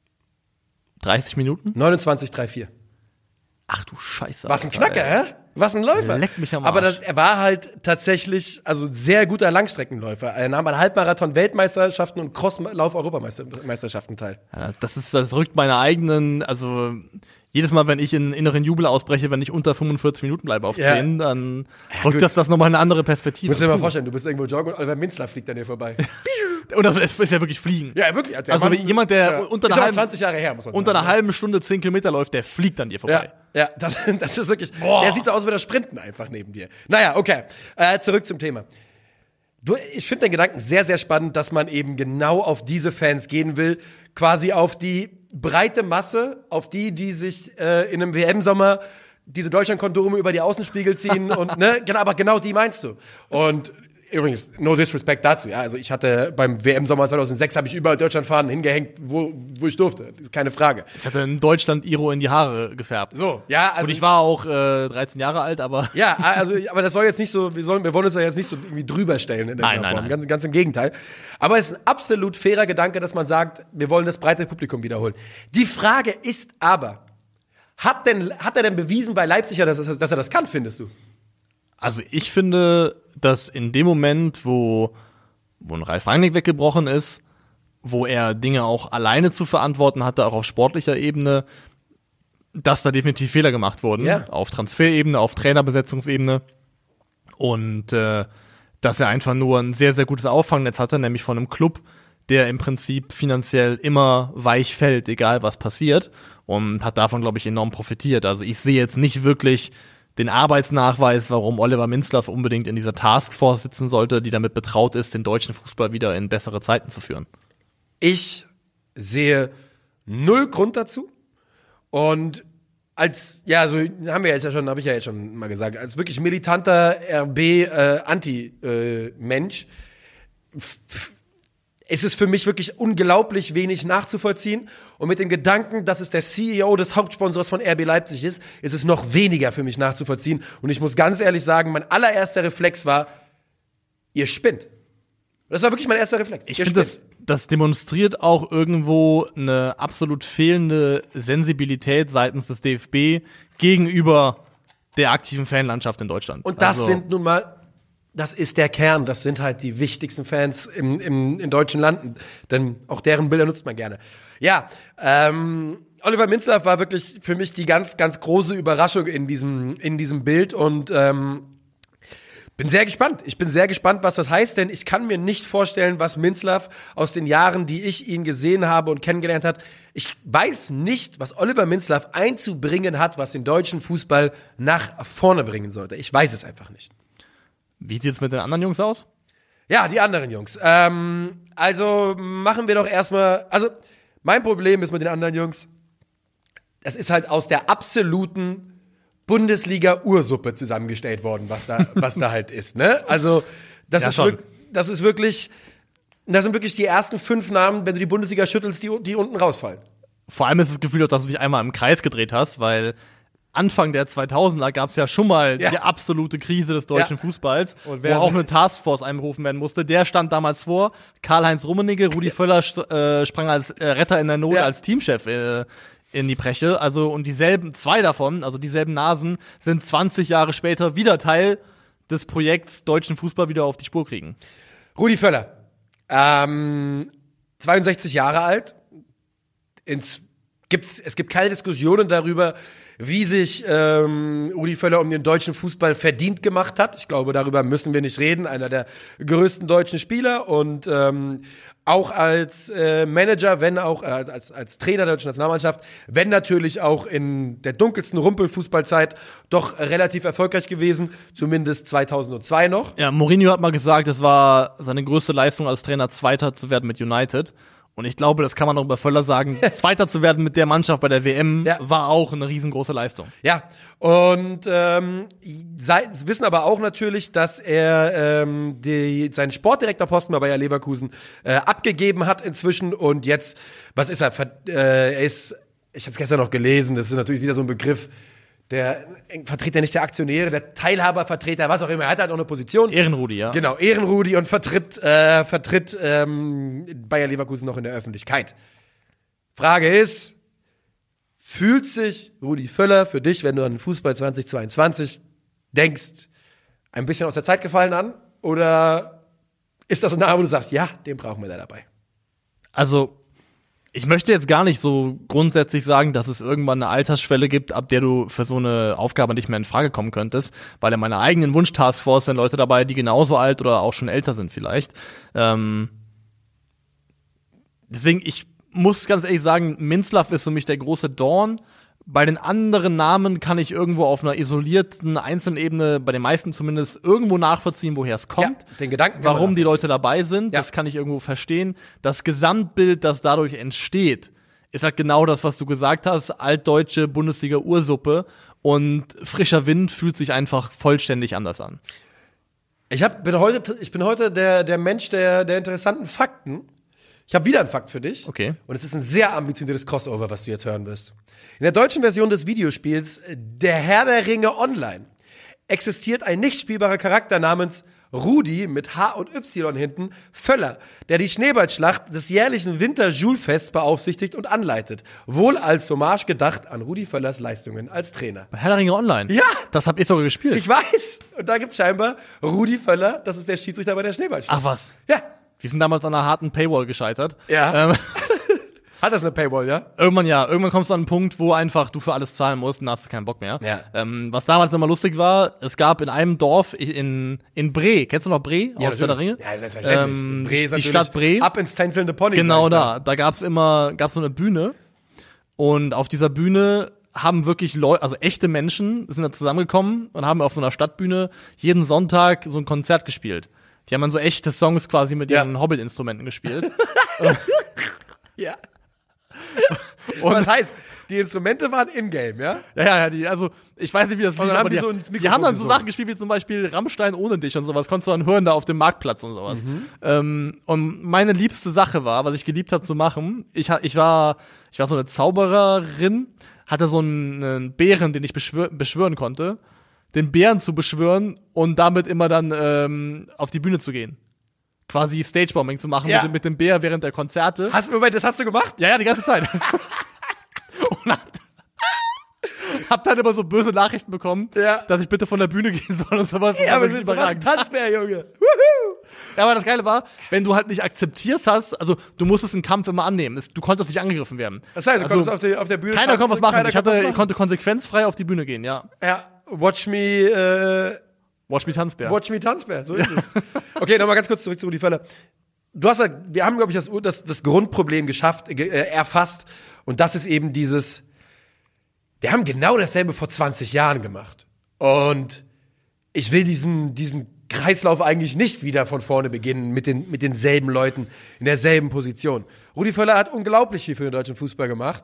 dreißig Minuten? neunundzwanzig Komma vierunddreißig. Ach du Scheiße. Was ein Alter, Knacker, ey. hä? Was ein Läufer. Leck mich am Aber das, Arsch. er war halt tatsächlich, also ein sehr guter Langstreckenläufer. Er nahm an Halbmarathon-Weltmeisterschaften und Crosslauf-Europameisterschaften teil. Ja, das ist, das rückt meine eigenen, also jedes Mal, wenn ich in inneren Jubel ausbreche, wenn ich unter fünfundvierzig Minuten bleibe auf Ja. zehn, dann gut. rückt das das nochmal eine andere Perspektive. Du musst dir mal Puh. vorstellen, du bist irgendwo joggen und Oliver Minzlaff fliegt an dir vorbei. Und das ist, ist ja wirklich Fliegen. Ja, wirklich. Der Also jemand, der unter ist einer aber halben- zwanzig Jahre her, muss man Unter sagen. einer halben Stunde zehn Kilometer läuft, der fliegt an dir vorbei. Ja, ja das, das ist wirklich, Boah. der sieht so aus wie der Sprinten einfach neben dir. Naja, okay, äh, zurück zum Thema. Du, ich finde den Gedanken sehr, sehr spannend, dass man eben genau auf diese Fans gehen will, quasi auf die breite Masse, auf die, die sich äh, in einem W M-Sommer diese Deutschland-Kondome über die Außenspiegel ziehen und, ne, genau, aber genau die meinst du. Und übrigens, no disrespect dazu, ja, also ich hatte beim W M-Sommer zweitausendsechs habe ich überall Deutschlandfahnen hingehängt, wo, wo ich durfte, keine Frage. Ich hatte in Deutschland Iro in die Haare gefärbt. So, ja, also Und ich war auch äh, dreizehn Jahre alt, aber ja, also, aber das soll jetzt nicht so, wir, sollen, wir wollen uns da jetzt nicht so irgendwie drüber stellen in Nein, irgendeiner nein, Form. nein. Ganz, ganz im Gegenteil. Aber es ist ein absolut fairer Gedanke, dass man sagt, wir wollen das breite Publikum wiederholen. Die Frage ist aber, hat, denn, hat er denn bewiesen bei Leipzig, dass, er- dass er das kann, findest du? also ich finde, dass in dem Moment, wo, wo ein Ralf Rangnick weggebrochen ist, wo er Dinge auch alleine zu verantworten hatte, auch auf sportlicher Ebene, dass da definitiv Fehler gemacht wurden. Ja. Auf Transferebene, auf Trainerbesetzungsebene. Und äh, dass er einfach nur ein sehr, sehr gutes Auffangnetz hatte, nämlich von einem Club, der im Prinzip finanziell immer weich fällt, egal was passiert. Und hat davon, glaube ich, enorm profitiert. Also ich sehe jetzt nicht wirklich den Arbeitsnachweis, warum Oliver Minzlaff unbedingt in dieser Taskforce sitzen sollte, die damit betraut ist, den deutschen Fußball wieder in bessere Zeiten zu führen. Ich sehe null Grund dazu. Und als, ja, so haben wir jetzt ja schon, habe ich ja jetzt schon mal gesagt, als wirklich militanter R B-Anti-Mensch, es ist für mich wirklich unglaublich wenig nachzuvollziehen. Und mit dem Gedanken, dass es der C E O des Hauptsponsors von R B Leipzig ist, ist es noch weniger für mich nachzuvollziehen. Und ich muss ganz ehrlich sagen, mein allererster Reflex war, ihr spinnt. Das war wirklich mein erster Reflex. Ich Ihr finde, spinnt. das, das demonstriert auch irgendwo eine absolut fehlende Sensibilität seitens des D F B gegenüber der aktiven Fanlandschaft in Deutschland. Und das Also, sind nun mal, das ist der Kern, das sind halt die wichtigsten Fans im, im, in deutschen Landen, denn auch deren Bilder nutzt man gerne. Ja, ähm, Oliver Minzlaff war wirklich für mich die ganz, ganz große Überraschung in diesem, in diesem Bild und ähm, bin sehr gespannt. Ich bin sehr gespannt, was das heißt, denn ich kann mir nicht vorstellen, was Minzlaff aus den Jahren, die ich ihn gesehen habe und kennengelernt hat, ich weiß nicht, was Oliver Minzlaff einzubringen hat, was den deutschen Fußball nach vorne bringen sollte. Ich weiß es einfach nicht. Wie sieht's mit den anderen Jungs aus? Ja, die anderen Jungs. Ähm, also machen wir doch erstmal, also mein Problem ist mit den anderen Jungs, das ist halt aus der absoluten Bundesliga-Ursuppe zusammengestellt worden, was da, was da halt ist, ne? Also, das Ja, ist, schon. wirk- das ist wirklich, das sind wirklich die ersten fünf Namen, wenn du die Bundesliga schüttelst, die, die unten rausfallen. Vor allem ist das Gefühl, dass du dich einmal im Kreis gedreht hast, weil Anfang der zweitausender gab es ja schon mal Ja. die absolute Krise des deutschen Ja. Fußballs, Und wo wer auch so- eine Taskforce einberufen werden musste. Der stand damals vor. Karl-Heinz Rummenigge, Rudi Völler st- äh, sprang als äh, Retter in der Not, Ja. als Teamchef äh, in die Breche. Also, und dieselben, zwei davon, also dieselben Nasen, sind zwanzig Jahre später wieder Teil des Projekts deutschen Fußball wieder auf die Spur kriegen. Rudi Völler, ähm, zweiundsechzig Jahre alt. Ins, gibt's, es gibt keine Diskussionen darüber, wie sich ähm, Rudi Völler um den deutschen Fußball verdient gemacht hat. Ich glaube, darüber müssen wir nicht reden. Einer der größten deutschen Spieler und ähm, auch als äh, Manager, wenn auch äh, als, als Trainer der deutschen Nationalmannschaft, wenn natürlich auch in der dunkelsten Rumpelfußballzeit doch relativ erfolgreich gewesen, zumindest zweitausendzwei noch. Ja, Mourinho hat mal gesagt, es war seine größte Leistung als Trainer, Zweiter zu werden mit United. Und ich glaube, das kann man auch über Völler sagen, Zweiter zu werden mit der Mannschaft bei der W M Ja. war auch eine riesengroße Leistung. Ja, und ähm, sei, wissen aber auch natürlich, dass er ähm, die, seinen Sportdirektorposten bei Bayer Leverkusen äh, abgegeben hat inzwischen und jetzt, was ist er? Ver, äh, er ist, ich habe es gestern noch gelesen, das ist natürlich wieder so ein Begriff, der Vertreter nicht der Aktionäre, der Teilhabervertreter, was auch immer, er hat halt auch eine Position. Ehrenrudi, ja. Genau, Ehrenrudi und vertritt, äh, vertritt ähm, Bayer Leverkusen noch in der Öffentlichkeit. Frage ist, fühlt sich Rudi Völler für dich, wenn du an den Fußball zweitausendzweiundzwanzig denkst, ein bisschen aus der Zeit gefallen an? Oder ist das so nah, wo du sagst, ja, den brauchen wir da dabei? Also, ich möchte jetzt gar nicht so grundsätzlich sagen, dass es irgendwann eine Altersschwelle gibt, ab der du für so eine Aufgabe nicht mehr in Frage kommen könntest, weil in meiner eigenen Wunsch-Taskforce sind Leute dabei, die genauso alt oder auch schon älter sind vielleicht. Ähm, deswegen, ich muss ganz ehrlich sagen, Minzlaff ist für mich der große Dorn. Bei den anderen Namen kann ich irgendwo auf einer isolierten einzelnen Ebene, bei den meisten zumindest, irgendwo nachvollziehen, woher es kommt. Ja, den Gedanken kann man warum die nachvollziehen. Leute dabei sind, Ja. das kann ich irgendwo verstehen. Das Gesamtbild, das dadurch entsteht, ist halt genau das, was du gesagt hast, altdeutsche Bundesliga-Ursuppe und frischer Wind fühlt sich einfach vollständig anders an. Ich, hab, bin heute, ich bin heute der, der Mensch der, der interessanten Fakten. Ich habe wieder einen Fakt für dich. Okay. Und es ist ein sehr ambitioniertes Crossover, was du jetzt hören wirst. In der deutschen Version des Videospiels Der Herr der Ringe Online existiert ein nicht spielbarer Charakter namens Rudi mit H und Y hinten, Völler, der die Schneeballschlacht des jährlichen Winter-Julfests beaufsichtigt und anleitet. Wohl als Hommage gedacht an Rudi Völlers Leistungen als Trainer. Herr der Ringe Online. Ja. Das hab ich sogar gespielt. Ich weiß. Und da gibt's scheinbar Rudi Völler, das ist der Schiedsrichter bei der Schneeballschlacht. Ach was. Ja. Die sind damals an einer harten Paywall gescheitert. Ja. Ähm, Hat das eine Paywall, ja? Irgendwann ja, irgendwann kommst du an einen Punkt, wo einfach du für alles zahlen musst und dann hast du keinen Bock mehr. Ja. Ähm, was damals immer lustig war, es gab in einem Dorf in, in Bre, kennst du noch Bre aus Herr der Ringe? Ja, selbstverständlich. Ähm, Bre ist die natürlich Stadt Bre. ab ins tänzelnde Pony. Genau sag ich da. Da gab's immer, gab's so eine Bühne und auf dieser Bühne haben wirklich Leute, also echte Menschen, sind da zusammengekommen und haben auf so einer Stadtbühne jeden Sonntag so ein Konzert gespielt. Die haben dann so echte Songs quasi mit Ja. ihren Hobbit-Instrumenten gespielt. Ja. Und was heißt, die Instrumente waren in-game, ja? Ja, ja, ja, die, also, ich weiß nicht, wie das Und dann lief, haben aber die die, so ins die Mikrofon haben dann so gesungen. Sachen gespielt, wie zum Beispiel Rammstein ohne dich und sowas, konntest du dann hören da auf dem Marktplatz und sowas. Mhm. Ähm, und meine liebste Sache war, was ich geliebt habe zu machen, ich, ha- ich war, ich war so eine Zaubererin, hatte so einen, einen Bären, den ich beschwör, beschwören konnte, den Bären zu beschwören und damit immer dann ähm, auf die Bühne zu gehen. Quasi Stagebombing zu machen Ja. mit, dem- mit dem Bär während der Konzerte. Hast, Moment, das hast du gemacht? Ja, ja, die ganze Zeit. Und hab, hab dann immer so böse Nachrichten bekommen, Ja. dass ich bitte von der Bühne gehen soll und sowas. Das Ja, war aber wirklich mit so überragend. Tanzbär, Junge. Wuhu. Ja, aber das Geile war, wenn du halt nicht akzeptierst hast, also du musstest einen Kampf immer annehmen. Es- Du konntest nicht angegriffen werden. Das heißt, du Also, konntest auf, die, auf der Bühne keiner tanzen konnte was und machen. keiner Ich hatte, konnte was machen. konnte konsequenzfrei auf die Bühne gehen, ja. Ja, watch me, äh, Watch me Tanzbär. watch me Tanzbär, so ist es. Okay, nochmal ganz kurz zurück zu Rudi Völler. Du hast ja, wir haben, glaube ich, das, das, das Grundproblem geschafft, äh, erfasst. Und das ist eben dieses, wir haben genau dasselbe vor zwanzig Jahren gemacht. Und ich will diesen, diesen Kreislauf eigentlich nicht wieder von vorne beginnen mit, den, mit denselben Leuten in derselben Position. Rudi Völler hat unglaublich viel für den deutschen Fußball gemacht.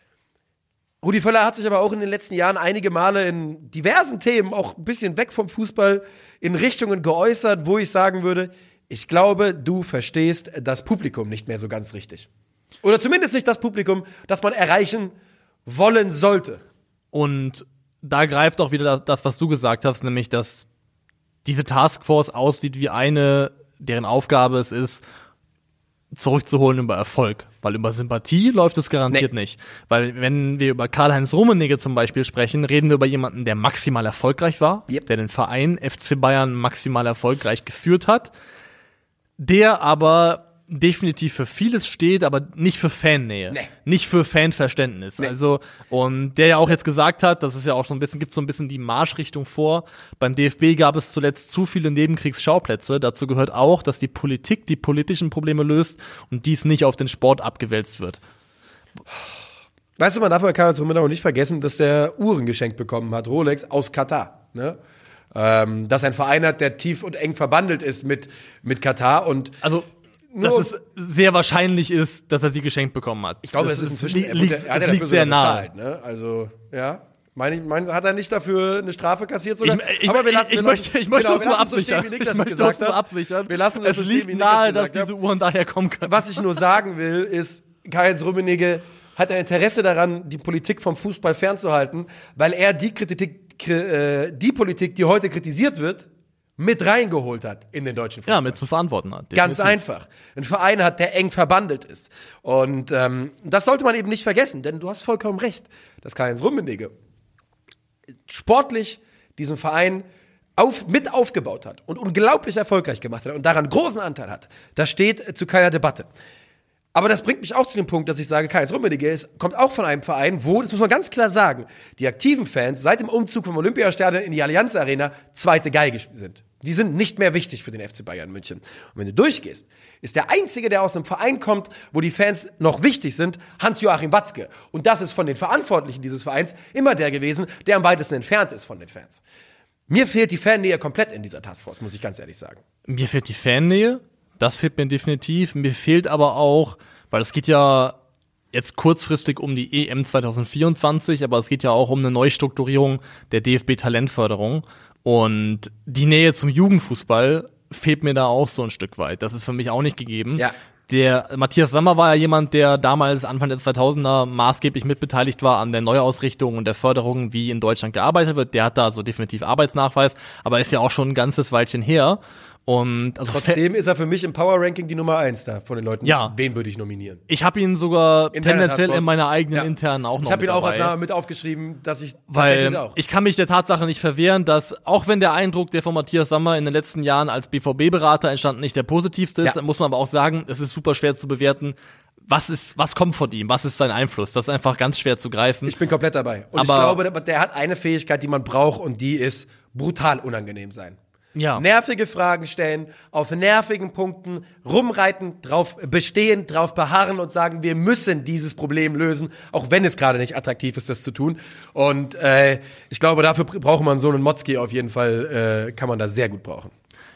Rudi Völler hat sich aber auch in den letzten Jahren einige Male in diversen Themen auch ein bisschen weg vom Fußball in Richtungen geäußert, wo ich sagen würde, ich glaube, du verstehst das Publikum nicht mehr so ganz richtig. Oder zumindest nicht das Publikum, das man erreichen wollen sollte. Und da greift auch wieder das, was du gesagt hast, nämlich, dass diese Taskforce aussieht wie eine, deren Aufgabe es ist, zurückzuholen über Erfolg. Weil über Sympathie läuft es garantiert Nee. nicht. Weil wenn wir über Karl-Heinz Rummenigge zum Beispiel sprechen, reden wir über jemanden, der maximal erfolgreich war, Yep. der den Verein F C Bayern maximal erfolgreich geführt hat, der aber definitiv für vieles steht, aber nicht für Fannähe. Nee. Nicht für Fanverständnis. Nee. Also, und der ja auch jetzt gesagt hat, das ist ja auch so ein bisschen, gibt so ein bisschen die Marschrichtung vor. Beim D F B gab es zuletzt zu viele Nebenkriegsschauplätze. Dazu gehört auch, dass die Politik die politischen Probleme löst und dies nicht auf den Sport abgewälzt wird. Weißt du, man darf bei Karl-Heinz Rummenigge auch nicht vergessen, dass der Uhren geschenkt bekommen hat, Rolex, aus Katar. Ne? Ähm, dass ein Verein hat, der tief und eng verbandelt ist mit, mit Katar. Und also, dass es sehr wahrscheinlich ist, dass er sie geschenkt bekommen hat. Ich glaube, das es ist inzwischen, li liegt, er hat es ja liegt sehr nahe. Bezahlt, ne? Also, ja. Meine, meine, hat er nicht dafür eine Strafe kassiert? Sogar? Ich, ich, Aber wir lassen, ich, wir möchte, ich möchte genau, uns nur absichern. So Nick, ich möchte uns nur absichern. Wir lassen es so liegt stehen, nahe, dass gesagt diese Uhren daher kommen können. Was ich nur sagen will, ist, Karl-Heinz Rummenigge hat ein Interesse daran, die Politik vom Fußball fernzuhalten, weil er die Kritik, äh, die Politik, die heute kritisiert wird, mit reingeholt hat in den deutschen Fußball. Ja, mit zu verantworten hat. Ganz definitiv. einfach. Ein Verein hat, der eng verbandelt ist. Und ähm, das sollte man eben nicht vergessen, denn du hast vollkommen recht, dass Karl-Heinz Rummenigge sportlich diesen Verein auf, mit aufgebaut hat und unglaublich erfolgreich gemacht hat und daran großen Anteil hat. Das steht zu keiner Debatte. Aber das bringt mich auch zu dem Punkt, dass ich sage, Karl-Heinz Rummenigge ist, kommt auch von einem Verein, wo, das muss man ganz klar sagen, die aktiven Fans seit dem Umzug vom Olympiastadion in die Allianz Arena zweite Geige sind. Die sind nicht mehr wichtig für den F C Bayern München. Und wenn du durchgehst, ist der Einzige, der aus einem Verein kommt, wo die Fans noch wichtig sind, Hans-Joachim Watzke. Und das ist von den Verantwortlichen dieses Vereins immer der gewesen, der am weitesten entfernt ist von den Fans. Mir fehlt die Fannähe komplett in dieser Taskforce, muss ich ganz ehrlich sagen. Mir fehlt die Fannähe. Das fehlt mir definitiv. Mir fehlt aber auch, weil es geht ja jetzt kurzfristig um die E M zwanzig vierundzwanzig, aber es geht ja auch um eine Neustrukturierung der D F B-Talentförderung. Und die Nähe zum Jugendfußball fehlt mir da auch so ein Stück weit. Das ist für mich auch nicht gegeben. Ja. Der Matthias Sammer war ja jemand, der damals Anfang der zweitausender maßgeblich mitbeteiligt war an der Neuausrichtung und der Förderung, wie in Deutschland gearbeitet wird. Der hat da so definitiv Arbeitsnachweis, aber ist ja auch schon ein ganzes Weilchen her. Und also Trotzdem ist er für mich im Power-Ranking die Nummer eins da von den Leuten. Ja. Wen würde ich nominieren? Ich habe ihn sogar Interne tendenziell Taskforce. in meiner eigenen Ja. internen auch noch Ich habe ihn mit auch als dabei. Name mit aufgeschrieben, dass ich tatsächlich Weil auch. ich kann mich der Tatsache nicht verwehren, dass auch wenn der Eindruck, der von Matthias Sammer in den letzten Jahren als B V B-Berater entstanden, nicht der positivste ist, Ja. dann muss man aber auch sagen, es ist super schwer zu bewerten, was ist, was kommt von ihm, was ist sein Einfluss. Das ist einfach ganz schwer zu greifen. Ich bin komplett dabei. Und Aber- ich glaube, der, der hat eine Fähigkeit, die man braucht, und die ist brutal unangenehm sein. Ja. Nervige Fragen stellen, auf nervigen Punkten rumreiten, drauf bestehen, drauf beharren und sagen, wir müssen dieses Problem lösen, auch wenn es gerade nicht attraktiv ist, das zu tun. Und äh, ich glaube, dafür braucht man so einen Motzki auf jeden Fall, äh, kann man da sehr gut brauchen.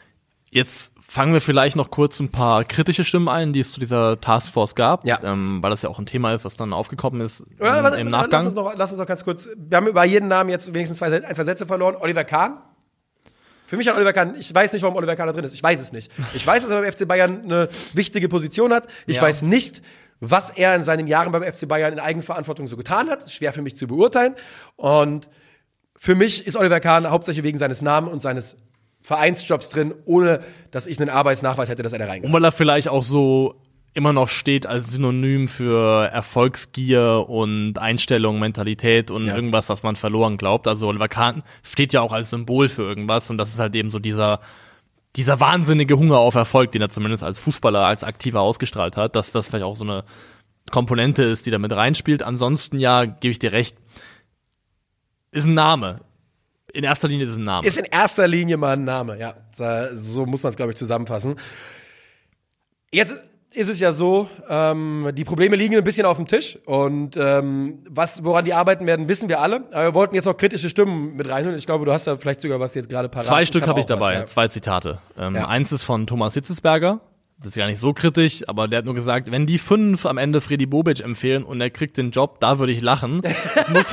Jetzt fangen wir vielleicht noch kurz ein paar kritische Stimmen ein, die es zu dieser Taskforce gab, Ja. ähm, weil das ja auch ein Thema ist, das dann aufgekommen ist ähm, Oder, warte, im Lass Nachgang. uns, noch, lass uns noch ganz kurz, wir haben über jeden Namen jetzt wenigstens zwei, ein, zwei Sätze verloren. Oliver Kahn. Für mich hat Oliver Kahn, ich weiß nicht, warum Oliver Kahn da drin ist. Ich weiß es nicht. Ich weiß, dass er beim F C Bayern eine wichtige Position hat. Ich Ja. weiß nicht, was er in seinen Jahren beim F C Bayern in Eigenverantwortung so getan hat. Schwer für mich zu beurteilen. Und für mich ist Oliver Kahn hauptsächlich wegen seines Namens und seines Vereinsjobs drin, ohne dass ich einen Arbeitsnachweis hätte, dass er da reingeht. Und weil er vielleicht auch so immer noch steht als Synonym für Erfolgsgier und Einstellung, Mentalität und Ja. irgendwas, was man verloren glaubt. Also Oliver Kahn steht ja auch als Symbol für irgendwas und das ist halt eben so dieser dieser wahnsinnige Hunger auf Erfolg, den er zumindest als Fußballer, als Aktiver ausgestrahlt hat, dass das vielleicht auch so eine Komponente ist, die da mit reinspielt. Ansonsten, ja, gebe ich dir recht, ist ein Name. In erster Linie ist es ein Name. Ist in erster Linie mal ein Name, ja. So muss man es, glaube ich, zusammenfassen. Jetzt ist es ja so, ähm, die Probleme liegen ein bisschen auf dem Tisch und ähm, was, woran die arbeiten werden, wissen wir alle. Aber wir wollten jetzt noch kritische Stimmen mit reinholen. Ich glaube, du hast da vielleicht sogar was jetzt gerade parat. Zwei Stück hab habe ich auch was, dabei, ja. zwei Zitate. Ähm, Ja. Eins ist von Thomas Hitzelsberger. Das ist gar nicht so kritisch, aber der hat nur gesagt, wenn die fünf am Ende Freddy Bobic empfehlen und er kriegt den Job, da würde ich lachen. Es muss,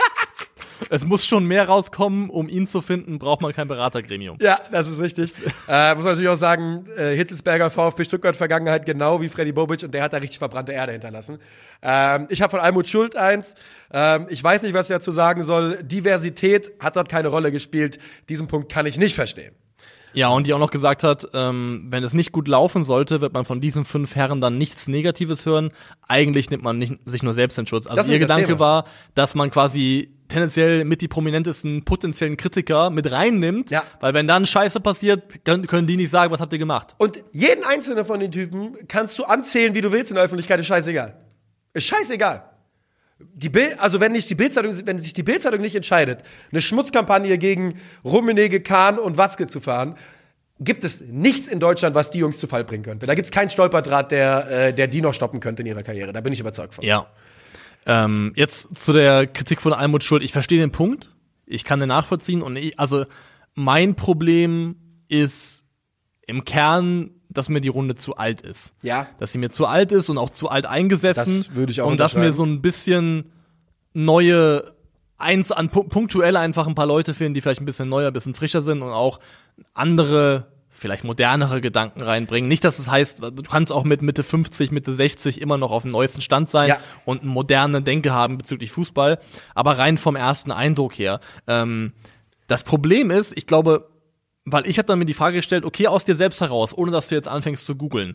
es muss schon mehr rauskommen, um ihn zu finden, braucht man kein Beratergremium. Ja, das ist richtig. äh, muss man natürlich auch sagen, äh, Hitzelsberger VfB Stuttgart-Vergangenheit genau wie Freddy Bobic und der hat da richtig verbrannte Erde hinterlassen. Ähm, ich habe von Almut Schuld eins. Ähm, ich weiß nicht, was ich dazu sagen soll. Diversität hat dort keine Rolle gespielt. Diesen Punkt kann ich nicht verstehen. Ja, und die auch noch gesagt hat, ähm, wenn es nicht gut laufen sollte, wird man von diesen fünf Herren dann nichts Negatives hören. Eigentlich nimmt man nicht, sich nur selbst in Schutz. Also Das ist ihr nicht das Gedanke Thema. war, dass man quasi tendenziell mit die prominentesten potenziellen Kritiker mit reinnimmt, Ja. weil wenn dann Scheiße passiert, können, können die nicht sagen, was habt ihr gemacht. Und jeden einzelnen von den Typen kannst du anzählen, wie du willst in der Öffentlichkeit, ist scheißegal. Ist scheißegal. Die Bild, also wenn nicht die Bildzeitung, wenn sich die Bildzeitung nicht entscheidet, eine Schmutzkampagne gegen Rummenigge, Kahn und Watzke zu fahren, gibt es nichts in Deutschland, was die Jungs zu Fall bringen könnte. Da gibt es keinen Stolperdraht, der, äh, der die noch stoppen könnte in ihrer Karriere. Da bin ich überzeugt von. Ja. Ähm, jetzt zu der Kritik von Almut Schuld. Ich verstehe den Punkt. Ich kann den nachvollziehen. Und ich, also mein Problem ist im Kern, dass mir die Runde zu alt ist. Ja. Dass sie mir zu alt ist und auch zu alt eingesessen. Das würde ich auch Und dass mir unterschreiben. so ein bisschen neue, eins an pu- punktuell einfach ein paar Leute fehlen, die vielleicht ein bisschen neuer, ein bisschen frischer sind und auch andere, vielleicht modernere Gedanken reinbringen. Nicht, dass es heißt, du kannst auch mit Mitte fünfzig, Mitte sechzig immer noch auf dem neuesten Stand sein Ja. und eine moderne Denke haben bezüglich Fußball. Aber rein vom ersten Eindruck her. Ähm, das Problem ist, ich glaube, weil ich habe dann mir die Frage gestellt, okay, aus dir selbst heraus, ohne dass du jetzt anfängst zu googeln.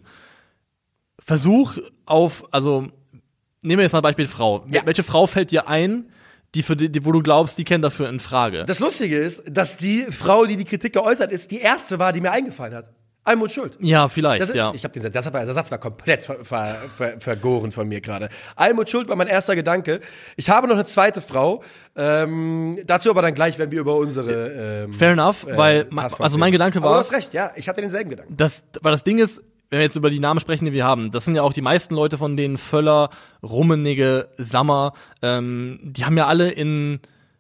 Versuch auf, also nehmen wir jetzt mal Beispiel Frau. Ja. Welche Frau fällt dir ein, die für die, die, wo du glaubst, die käme dafür in Frage? Das Lustige ist, dass die Frau, die die Kritik geäußert ist, die erste war, die mir eingefallen hat. Almut Schuld. Ja, vielleicht, Das ist, ja. Ich habe den Satz, das war, der Satz war komplett ver, ver, ver, vergoren von mir gerade. Almut Schuld war mein erster Gedanke. Ich habe noch eine zweite Frau. Ähm, dazu aber dann gleich, wenn wir über unsere ähm, Fair enough, äh, weil, ma- Taskforce also mein reden. Gedanke Aber war, du hast recht, ja, ich hatte denselben Gedanken. das, weil das Ding ist, wenn wir jetzt über die Namen sprechen, die wir haben, das sind ja auch die meisten Leute von denen, Völler, Rummenigge, Sammer, ähm, die haben ja alle in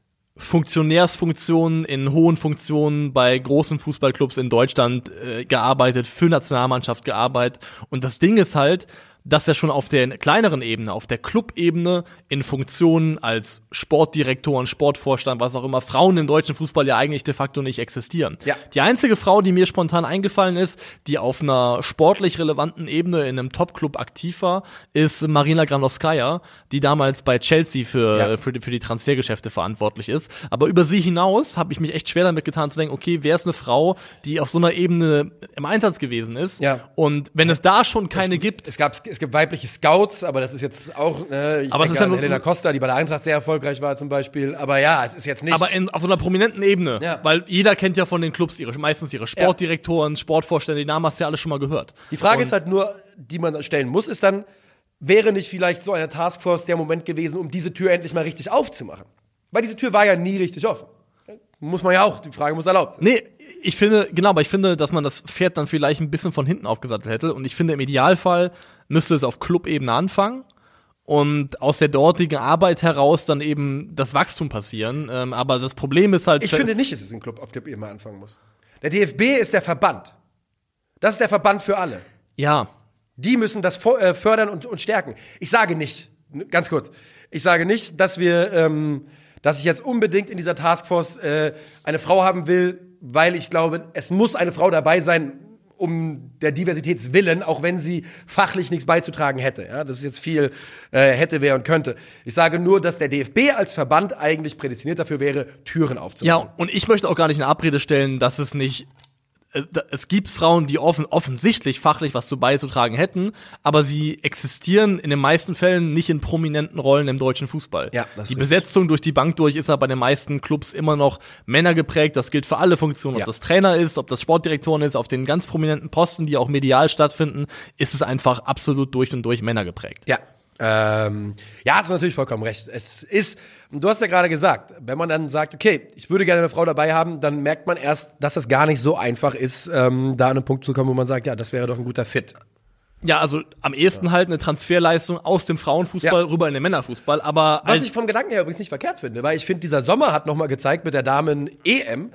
Funktionärsfunktionen, in hohen Funktionen bei großen Fußballclubs in Deutschland äh, gearbeitet, für Nationalmannschaft gearbeitet. Und das Ding ist halt, dass er schon auf der kleineren Ebene, auf der Clubebene in Funktionen als Sportdirektoren, Sportvorstand, was auch immer, Frauen im deutschen Fußball ja eigentlich de facto nicht existieren. Ja. Die einzige Frau, die mir spontan eingefallen ist, die auf einer sportlich relevanten Ebene in einem Top-Club aktiv war, ist Marina Granovskaya, die damals bei Chelsea für, Ja. für, die, für die Transfergeschäfte verantwortlich ist. Aber über sie hinaus habe ich mich echt schwer damit getan zu denken, okay, wer ist eine Frau, die auf so einer Ebene im Einsatz gewesen ist? Ja. Und wenn es da schon keine gibt, Es gab, es gibt weibliche Scouts, aber das ist jetzt auch, äh, ich Aber es denke ist ja an nur- Helena Costa, die bei der Eintracht sehr erfolgreich war zum Beispiel. Aber ja, es ist jetzt nicht. aber in, auf so einer prominenten Ebene, Ja. weil jeder kennt ja von den Clubs ihre, meistens ihre Sportdirektoren, Sportvorstände, die Namen hast du ja alle schon mal gehört. Die Frage Und ist halt nur, die man stellen muss, ist dann, wäre nicht vielleicht so eine Taskforce der Moment gewesen, um diese Tür endlich mal richtig aufzumachen? Weil diese Tür war ja nie richtig offen. Muss man ja auch, die Frage muss erlaubt sein. Nee, ich finde, genau, aber ich finde, dass man das Pferd dann vielleicht ein bisschen von hinten aufgesattelt hätte. Und ich finde, im Idealfall müsste es auf Clubebene anfangen und aus der dortigen Arbeit heraus dann eben das Wachstum passieren. Ähm, aber das Problem ist halt. Ich finde nicht, dass es ein Club auf Club immer anfangen muss. Der D F B ist der Verband. Das ist der Verband für alle. Ja, Die müssen das vor- äh, fördern und, und stärken. Ich sage nicht, n- ganz kurz, ich sage nicht, dass wir, ähm, dass ich jetzt unbedingt in dieser Taskforce äh, eine Frau haben will, weil ich glaube, es muss eine Frau dabei sein, um der Diversitätswillen, auch wenn sie fachlich nichts beizutragen hätte. Ja, das ist jetzt viel äh, hätte, wäre und könnte. Ich sage nur, dass der D F B als Verband eigentlich prädestiniert dafür wäre, Türen aufzumachen. ja, und ich möchte auch gar nicht in Abrede stellen, dass es nicht. äh, da- Es gibt Frauen, die offen, offensichtlich fachlich was zu beizutragen hätten, aber sie existieren in den meisten Fällen nicht in prominenten Rollen im deutschen Fußball. Ja, das ist die richtig. Besetzung durch die Bank durch ist aber bei den meisten Clubs immer noch Männer geprägt. Das gilt für alle Funktionen. Ob Ja. das Trainer ist, ob das Sportdirektoren ist, auf den ganz prominenten Posten, die auch medial stattfinden, ist es einfach absolut durch und durch Männer geprägt. Ja. Ähm, ja, hast du natürlich vollkommen recht. Es ist, du hast ja gerade gesagt, wenn man dann sagt, okay, ich würde gerne eine Frau dabei haben, dann merkt man erst, dass es gar nicht so einfach ist, ähm, da an einen Punkt zu kommen, wo man sagt, ja, das wäre doch ein guter Fit. Ja, also am ehesten halt eine Transferleistung aus dem Frauenfußball Ja. rüber in den Männerfußball, aber Was als- ich vom Gedanken her übrigens nicht verkehrt finde, weil ich finde, dieser Sommer hat nochmal gezeigt mit der Damen-E M,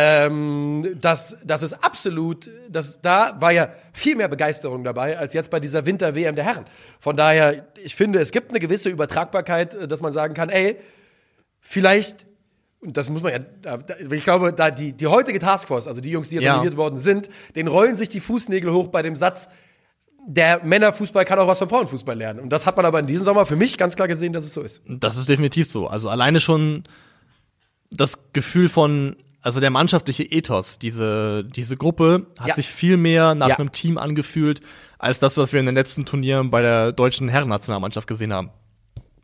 ähm, dass, dass es absolut, dass da war ja viel mehr Begeisterung dabei, als jetzt bei dieser Winter-W M der Herren. Von daher, ich finde, es gibt eine gewisse Übertragbarkeit, äh, dass man sagen kann, ey, vielleicht, und das muss man ja, da- da- ich glaube, da die, die heutige Taskforce, also die Jungs, die jetzt Ja. nominiert worden sind, denen rollen sich die Fußnägel hoch bei dem Satz, der Männerfußball kann auch was vom Frauenfußball lernen. Und das hat man aber in diesem Sommer für mich ganz klar gesehen, dass es so ist. Das ist definitiv so. Also alleine schon das Gefühl von, also der mannschaftliche Ethos, diese, diese Gruppe hat Ja. sich viel mehr nach Ja. einem Team angefühlt, als das, was wir in den letzten Turnieren bei der deutschen Herrennationalmannschaft gesehen haben.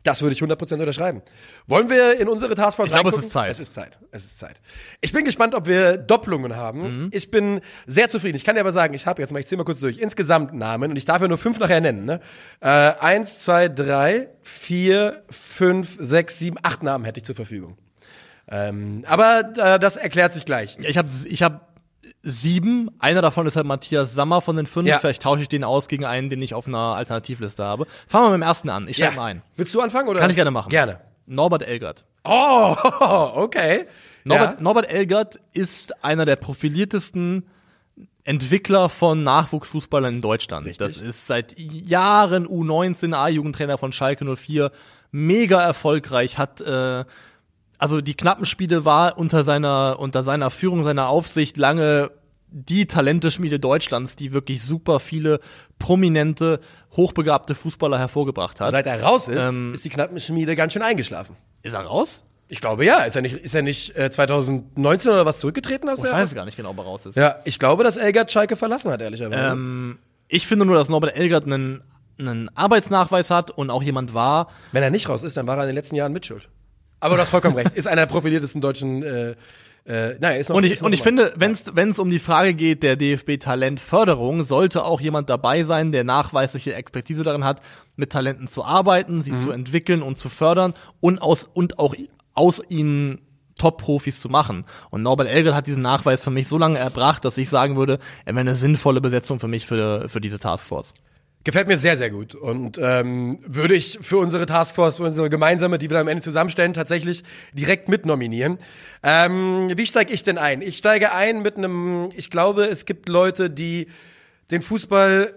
Das würde ich hundert Prozent unterschreiben. Wollen wir in unsere Taskforce Ich glaube, es reingucken? ist Zeit. Es ist Zeit. Es ist Zeit. Ich bin gespannt, ob wir Doppelungen haben. Mhm. Ich bin sehr zufrieden. Ich kann dir aber sagen, ich habe jetzt mal, ich zähle mal kurz durch, insgesamt Namen und ich darf ja nur fünf nachher nennen. Ne? Äh, eins, zwei, drei, vier, fünf, sechs, sieben, acht Namen hätte ich zur Verfügung. Ähm, aber äh, das erklärt sich gleich. Ich habe ich hab sieben. Einer davon ist halt Matthias Sammer von den fünf. Ja. Vielleicht tausche ich den aus gegen einen, den ich auf einer Alternativliste habe. Fangen wir mit dem ersten an. Ich steige mal ein. Willst du anfangen? Oder? Kann ich gerne machen. Gerne. Norbert Elgert. Oh, okay. Norbert, Ja. Norbert Elgert ist einer der profiliertesten Entwickler von Nachwuchsfußballern in Deutschland. Richtig. Das ist seit Jahren U neunzehn A-Jugendtrainer von Schalke null vier. Mega erfolgreich, hat äh, also die Knappenspiele war unter seiner unter seiner Führung, seiner Aufsicht lange die Talenteschmiede Deutschlands, die wirklich super viele prominente, hochbegabte Fußballer hervorgebracht hat. Seit er raus ist, Ähm, ist die Knappenschmiede ganz schön eingeschlafen. Ist er raus? Ich glaube ja. Ist er nicht, ist er nicht äh, zwanzig neunzehn oder was zurückgetreten aus Ich der? weiß gar nicht genau, ob er raus ist. Ja, ich glaube, dass Elgert Schalke verlassen hat, ehrlicherweise. Ähm, ich finde nur, dass Norbert Elgert einen, einen Arbeitsnachweis hat und auch jemand war. Wenn er nicht raus ist, dann war er in den letzten Jahren mitschuld. Aber du hast vollkommen recht. Ist einer der profiliertesten deutschen. Äh, äh, naja, ist noch, Und ich, ist noch und ich mal. finde, wenn es um die Frage geht der D F B-Talentförderung, sollte auch jemand dabei sein, der nachweisliche Expertise darin hat, mit Talenten zu arbeiten, sie mhm. zu entwickeln und zu fördern und aus und auch aus ihnen Top-Profis zu machen. Und Norbert Elgert hat diesen Nachweis für mich so lange erbracht, dass ich sagen würde, er wäre eine sinnvolle Besetzung für mich für, für diese Taskforce. Gefällt mir sehr, sehr gut. Und ähm, würde ich für unsere Taskforce, für unsere gemeinsame, die wir am Ende zusammenstellen, tatsächlich direkt mitnominieren. Ähm, wie steige ich denn ein? Ich steige ein mit einem, ich glaube, es gibt Leute, die den Fußball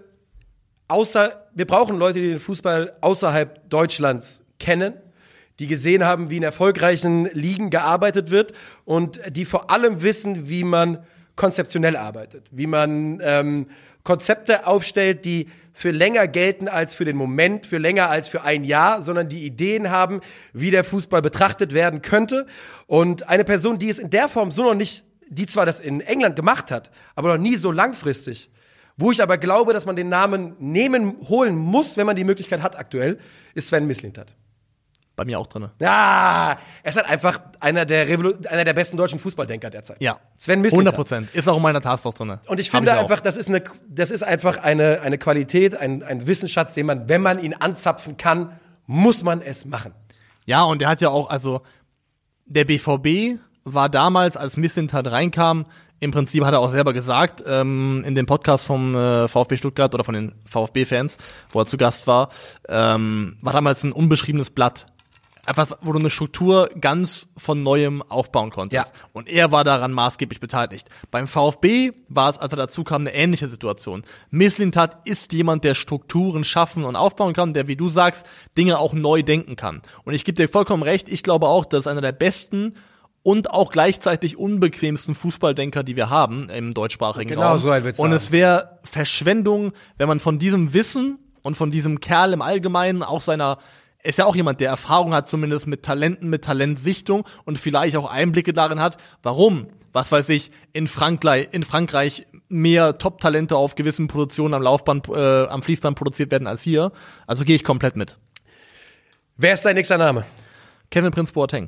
außer, wir brauchen Leute, die den Fußball außerhalb Deutschlands kennen, die gesehen haben, wie in erfolgreichen Ligen gearbeitet wird und die vor allem wissen, wie man konzeptionell arbeitet, wie man ähm, Konzepte aufstellt, die für länger gelten als für den Moment, für länger als für ein Jahr, sondern die Ideen haben, wie der Fußball betrachtet werden könnte. Und eine Person, die es in der Form so noch nicht, die zwar das in England gemacht hat, aber noch nie so langfristig, wo ich aber glaube, dass man den Namen nehmen, holen muss, wenn man die Möglichkeit hat aktuell, ist Sven Mislintat. Bei mir auch drin. Ja, er ist halt einfach einer der, Revolu- einer der besten deutschen Fußballdenker derzeit. Ja, Sven Mislintat. hundert Prozent. Ist auch in meiner Taskforce drin. Und ich Hab finde ich auch. einfach, das ist, eine, das ist einfach eine, eine Qualität, ein, ein Wissensschatz, den man, wenn man ihn anzapfen kann, muss man es machen. Ja, und der hat ja auch, also der B V B war damals, als Mislintat reinkam, im Prinzip hat er auch selber gesagt, ähm, in dem Podcast vom äh, VfB Stuttgart oder von den VfB-Fans, wo er zu Gast war, ähm, war damals ein unbeschriebenes Blatt. Einfach, wo du eine Struktur ganz von Neuem aufbauen konntest. Ja. Und er war daran maßgeblich beteiligt. Beim VfB war es, als er dazu kam, eine ähnliche Situation. Mislintat ist jemand, der Strukturen schaffen und aufbauen kann, der, wie du sagst, Dinge auch neu denken kann. Und ich gebe dir vollkommen recht, ich glaube auch, das ist einer der besten und auch gleichzeitig unbequemsten Fußballdenker, die wir haben im deutschsprachigen Genau Raum. so ein Witz Und haben. es wäre Verschwendung, wenn man von diesem Wissen und von diesem Kerl im Allgemeinen, auch seiner, ist ja auch jemand, der Erfahrung hat, zumindest mit Talenten, mit Talentsichtung und vielleicht auch Einblicke darin hat, warum, was weiß ich, in Frankreich, in Frankreich mehr Top-Talente auf gewissen Positionen am Laufband, äh, am Fließband produziert werden als hier. Also gehe ich komplett mit. Wer ist dein nächster Name? Kevin Prince Boateng.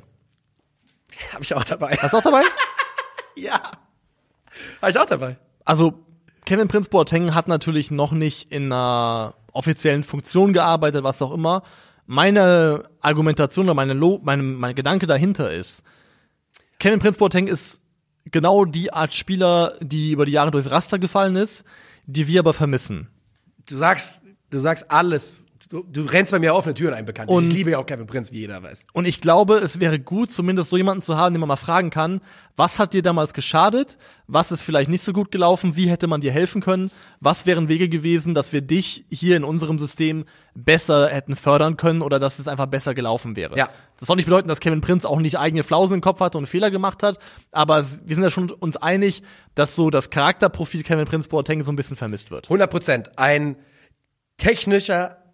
Habe ich auch dabei. Hast du auch dabei? Ja. Habe ich auch dabei. Also Kevin Prince Boateng hat natürlich noch nicht in einer offiziellen Funktion gearbeitet, was auch immer. Meine Argumentation oder meine Lo- mein, mein Gedanke dahinter ist, Kevin Prince Boateng ist genau die Art Spieler, die über die Jahre durchs Raster gefallen ist, die wir aber vermissen. Du sagst, du sagst alles. Du, du rennst bei mir offene Türen ein, bekannt. Und- Ich liebe ja auch Kevin Prince, wie jeder weiß. Und ich glaube, es wäre gut, zumindest so jemanden zu haben, den man mal fragen kann, was hat dir damals geschadet? Was ist vielleicht nicht so gut gelaufen? Wie hätte man dir helfen können? Was wären Wege gewesen, dass wir dich hier in unserem System besser hätten fördern können oder dass es einfach besser gelaufen wäre? Ja. Das soll nicht bedeuten, dass Kevin Prince auch nicht eigene Flausen im Kopf hatte und Fehler gemacht hat, aber es- wir sind ja schon uns einig, dass so das Charakterprofil Kevin Prince Boateng so ein bisschen vermisst wird. hundert Prozent. Ein technischer,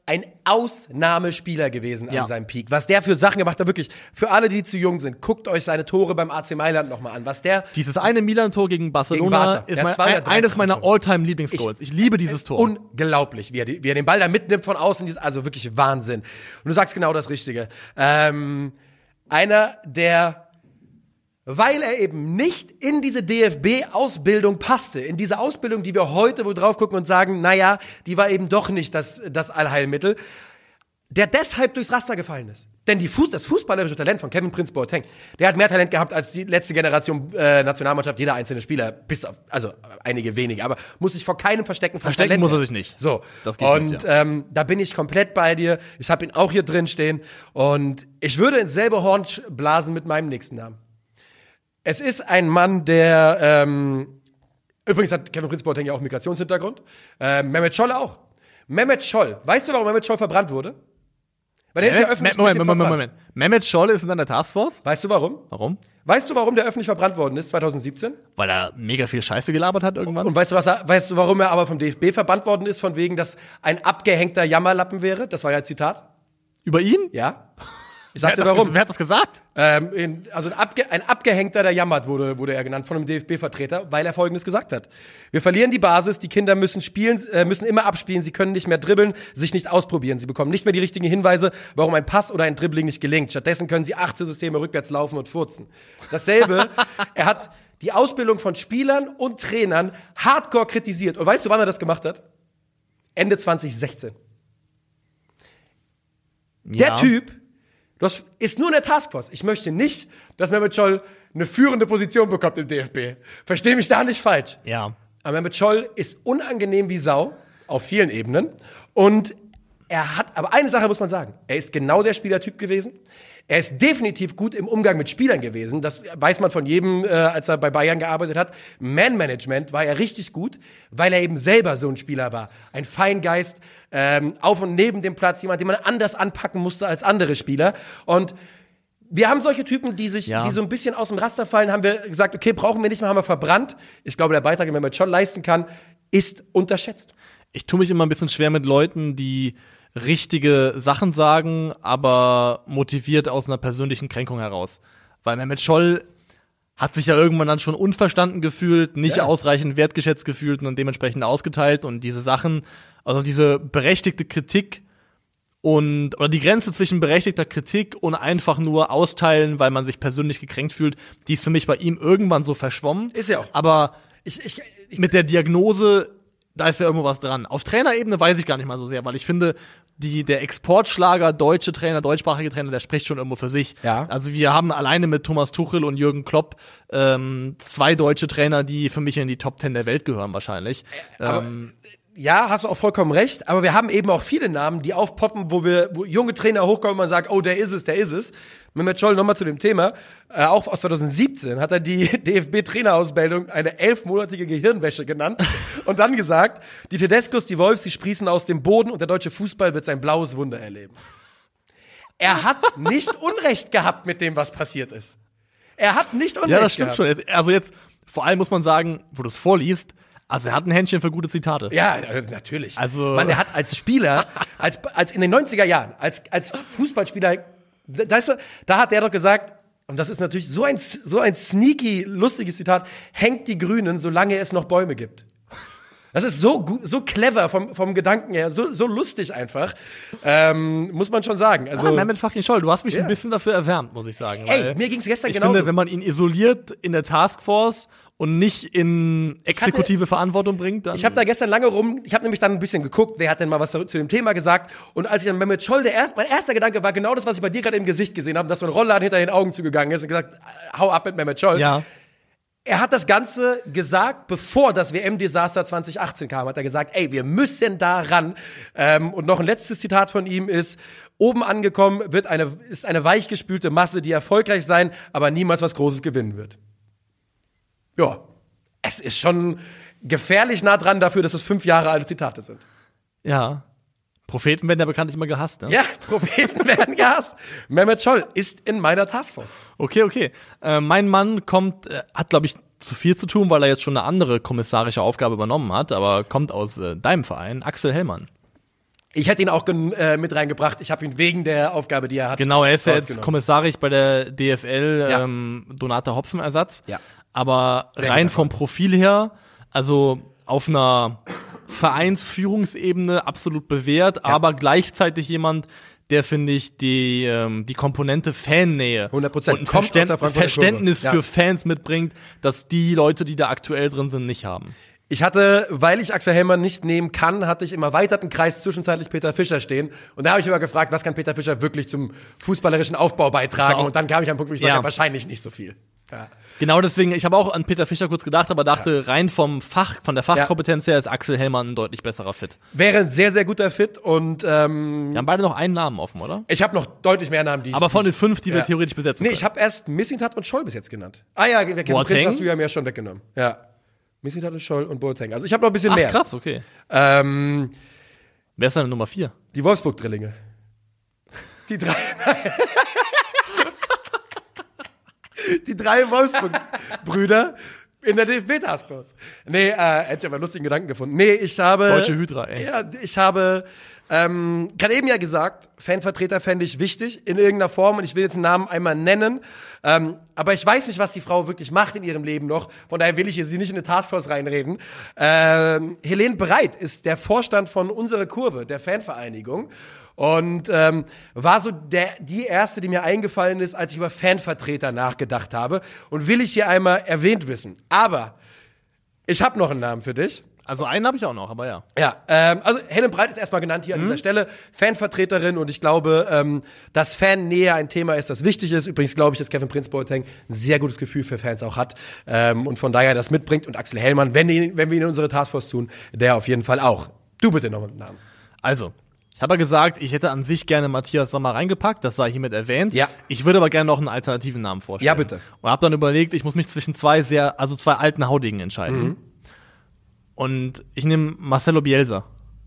ein Ausnahmespieler gewesen Ja. an seinem Peak. Was der für Sachen gemacht hat, wirklich. Für alle, die zu jung sind, guckt euch seine Tore beim A C Mailand nochmal an. Was der Dieses eine Milan-Tor gegen Barcelona Gegen Barca. ist Der mein, hat zwei oder ein, drei eines meiner Tore. All-Time-Lieblingsgoals. Ich, liebe dieses Tor. unglaublich, wie er, die- wie er den Ball da mitnimmt von außen. dieses- Also wirklich Wahnsinn. Und du sagst genau das Richtige. Ähm, einer, der weil er eben nicht in diese D F B-Ausbildung passte, in diese Ausbildung, die wir heute wo drauf gucken und sagen, naja, die war eben doch nicht das, das Allheilmittel, der deshalb durchs Raster gefallen ist. Denn die Fuß, das fußballerische Talent von Kevin Prince Boateng, der hat mehr Talent gehabt als die letzte Generation äh, Nationalmannschaft, jeder einzelne Spieler, bis auf, also einige wenige, aber muss sich vor keinem verstecken. Von Verstecken Talent muss er her. sich nicht. So, Das geht und mit, ja. ähm, da bin ich komplett bei dir. Ich habe ihn auch hier drin stehen und ich würde ins selbe Horn sch- blasen mit meinem nächsten Namen. Es ist ein Mann, der ähm, übrigens hat Kevin Prince Boateng ja auch einen Migrationshintergrund. Ähm, Mehmet Scholl auch. Mehmet Scholl. Weißt du, warum Mehmet Scholl verbrannt wurde? Weil der ist ja öffentlich Moment, ein bisschen Moment, Moment, verbrannt. Moment. Mehmet Scholl ist in deiner Taskforce? Weißt du warum? Warum? Weißt du, warum der öffentlich verbrannt worden ist zwanzig siebzehn? Weil er mega viel Scheiße gelabert hat irgendwann? Und weißt du, was er, weißt du, warum er aber vom D F B verbannt worden ist, von wegen, dass ein abgehängter Jammerlappen wäre? Das war ja ein Zitat. Über ihn? Ja. Ich Wer hat, sagte, das, warum. ges- wer hat das gesagt? Ähm, in, also ein, Abge ein Abgehängter, der jammert, wurde, wurde er genannt von einem D F B-Vertreter, weil er Folgendes gesagt hat. Wir verlieren die Basis, die Kinder müssen spielen, äh, müssen immer abspielen, sie können nicht mehr dribbeln, sich nicht ausprobieren. Sie bekommen nicht mehr die richtigen Hinweise, warum ein Pass oder ein Dribbling nicht gelingt. Stattdessen können sie achtzehn Systeme rückwärts laufen und furzen. Dasselbe, er hat die Ausbildung von Spielern und Trainern hardcore kritisiert. Und weißt du, wann er das gemacht hat? Ende zwanzig sechzehn. Der Ja. Typ, das ist nur in der Taskforce. Ich möchte nicht, dass Mehmet Scholl eine führende Position bekommt im D F B. Versteh mich da nicht falsch. Ja. Aber Mehmet Scholl ist unangenehm wie Sau auf vielen Ebenen. Und er hat, aber eine Sache muss man sagen. Er ist genau der Spielertyp gewesen. Er ist definitiv gut im Umgang mit Spielern gewesen. Das weiß man von jedem, äh, als er bei Bayern gearbeitet hat. Man-Management war er richtig gut, weil er eben selber so ein Spieler war. Ein Feingeist, ähm, auf und neben dem Platz, jemand, den man anders anpacken musste als andere Spieler. Und wir haben solche Typen, die sich, Ja. die so ein bisschen aus dem Raster fallen, haben wir gesagt, okay, brauchen wir nicht mehr, haben wir verbrannt. Ich glaube, der Beitrag, den man mit schon leisten kann, ist unterschätzt. Ich tue mich immer ein bisschen schwer mit Leuten, die richtige Sachen sagen, aber motiviert aus einer persönlichen Kränkung heraus. Weil Mehmet Scholl hat sich ja irgendwann dann schon unverstanden gefühlt, nicht Ja. ausreichend wertgeschätzt gefühlt und dementsprechend ausgeteilt. Und diese Sachen, also diese berechtigte Kritik und oder die Grenze zwischen berechtigter Kritik und einfach nur austeilen, weil man sich persönlich gekränkt fühlt, die ist für mich bei ihm irgendwann so verschwommen. Ist ja auch. Aber Ich, ich, ich, mit der Diagnose, da ist ja irgendwo was dran. Auf Trainerebene weiß ich gar nicht mal so sehr, weil ich finde, die, der Exportschlager deutsche Trainer, deutschsprachige Trainer, der spricht schon irgendwo für sich. Ja. Also wir haben alleine mit Thomas Tuchel und Jürgen Klopp ähm, zwei deutsche Trainer, die für mich in die Top Ten der Welt gehören wahrscheinlich. aber- ähm, ja, hast du auch vollkommen recht, aber wir haben eben auch viele Namen, die aufpoppen, wo wir, wo junge Trainer hochkommen und man sagt, oh, der ist es, der ist es. Mehmet Scholl, nochmal zu dem Thema, äh, auch aus zwanzig siebzehn hat er die D F B-Trainerausbildung eine elfmonatige Gehirnwäsche genannt und dann gesagt, die Tedescos, die Wolfs, die sprießen aus dem Boden und der deutsche Fußball wird sein blaues Wunder erleben. Er hat nicht Unrecht gehabt mit dem, was passiert ist. Er hat nicht Unrecht ja, das stimmt gehabt. schon. Also jetzt, vor allem muss man sagen, wo du es vorliest, also er hat ein Händchen für gute Zitate. Ja, äh, natürlich. Also- Man, der hat als Spieler, als, als in den neunziger Jahren, als, als Fußballspieler, da, weißt du, da hat der doch gesagt, und das ist natürlich so ein, so ein sneaky, lustiges Zitat, hängt die Grünen, solange es noch Bäume gibt. Das ist so, gu- so clever vom, vom Gedanken her, so, so lustig einfach, ähm, muss man schon sagen. Also, Ah, Mehmet fucking Scholl, du hast mich Ja. ein bisschen dafür erwärmt, muss ich sagen. ey, weil mir ging's gestern ich genauso. finde, wenn man ihn isoliert in der Taskforce und nicht in exekutive Verantwortung bringt, dann Ich habe da gestern lange rum, ich habe nämlich dann ein bisschen geguckt, wer hat denn mal was zu dem Thema gesagt. Und als ich dann Mehmet Scholl, der erst, mein erster Gedanke war genau das, was ich bei dir gerade im Gesicht gesehen habe, dass so ein Rollladen hinter den Augen zugegangen ist und gesagt, hau ab mit Mehmet Scholl. ja. Er hat das Ganze gesagt, bevor das W M-Desaster zwanzig achtzehn kam, hat er gesagt, ey, wir müssen da ran. Ähm, und noch ein letztes Zitat von ihm ist, oben angekommen wird eine, ist eine weichgespülte Masse, die erfolgreich sein, aber niemals was Großes gewinnen wird. Ja, es ist schon gefährlich nah dran dafür, dass es fünf Jahre alte Zitate sind. Ja. Propheten werden ja bekanntlich immer gehasst, ne? Ja, Propheten werden gehasst. Mehmet Scholl ist in meiner Taskforce. Okay, okay. Äh, mein Mann kommt, äh, hat, glaube ich, zu viel zu tun, weil er jetzt schon eine andere kommissarische Aufgabe übernommen hat, aber kommt aus äh, deinem Verein, Axel Hellmann. Ich hätte ihn auch gen- äh, mit reingebracht. Ich habe ihn wegen der Aufgabe, die er hat. Genau, er ist ja jetzt rausgenommen. kommissarisch bei der D F L, Ja. ähm, Donate Hopfen-Ersatz. Ja. Aber Sehr rein guter vom Profil her, also auf einer Vereinsführungsebene absolut bewährt, aber gleichzeitig jemand, der, finde ich, die, ähm, die Komponente Fannähe hundert Prozent. und ein Kommt aus der Verständ Frankfurter Verständnis Kurve. Ja. für Fans mitbringt, dass die Leute, die da aktuell drin sind, nicht haben. Ich hatte, weil ich Axel Hellmann nicht nehmen kann, hatte ich im erweiterten Kreis zwischenzeitlich Peter Fischer stehen. Und da habe ich immer gefragt, was kann Peter Fischer wirklich zum fußballerischen Aufbau beitragen? auch- Und dann kam ich an den Punkt, wo ich Ja. sagte, wahrscheinlich nicht so viel. Ja. Genau deswegen, ich habe auch an Peter Fischer kurz gedacht, aber dachte, rein vom Fach, von der Fachkompetenz her ist Axel Hellmann ein deutlich besserer Fit. Wäre ein sehr, sehr guter Fit. Und ähm, Wir haben beide noch einen Namen offen, oder? ich habe noch deutlich mehr Namen, die ich Aber von die den fünf, die wir ja. theoretisch besetzen Nee, können. ich habe erst Missintat und Scholl bis jetzt genannt. Ah ja, Kevin Boateng? Prinz hast du ja mir schon weggenommen. Ja. Missintat und Scholl und Boateng. Also ich habe noch ein bisschen Ach, mehr. krass, okay. Ähm, Wer ist deine Nummer vier? die Wolfsburg-Drillinge. Die drei. Die drei Wolfsburg-Brüder in der D F B-Taskforce. Nee, äh, hätte ich aber einen lustigen Gedanken gefunden. Nee, ich habe. Deutsche Hydra, ey. Ja, ich habe ähm, gerade eben ja gesagt, Fanvertreter fände ich wichtig in irgendeiner Form und ich will jetzt einen Namen einmal nennen. Ähm, aber ich weiß nicht, was die Frau wirklich macht in ihrem Leben noch. Von daher will ich hier sie nicht in eine Taskforce reinreden. Ähm, Helene Breit ist der Vorstand von Unsere Kurve, der Fanvereinigung. Und ähm, war so der, die erste, die mir eingefallen ist, als ich über Fanvertreter nachgedacht habe. Und will ich hier einmal erwähnt wissen. Aber ich habe noch einen Namen für dich. Also einen habe ich auch noch, aber ja. Ja, ähm, also Helen Breit ist erstmal genannt hier an dieser Stelle, Fanvertreterin und ich glaube, ähm, dass Fannähe ein Thema ist, das wichtig ist. Übrigens glaube ich, dass Kevin Prinz Boateng ein sehr gutes Gefühl für Fans auch hat ähm, und von daher das mitbringt und Axel Hellmann, wenn, die, wenn wir ihn in unsere Taskforce tun, der auf jeden Fall auch. Du bitte noch mit dem Namen. Also, ich habe ja gesagt, ich hätte an sich gerne Matthias Sommer reingepackt, das sei hiermit erwähnt. Ja. Ich würde aber gerne noch einen alternativen Namen vorstellen. Ja, bitte. Und habe dann überlegt, ich muss mich zwischen zwei sehr, also zwei alten Haudegen entscheiden. Mhm. Und ich nehme Marcelo Bielsa.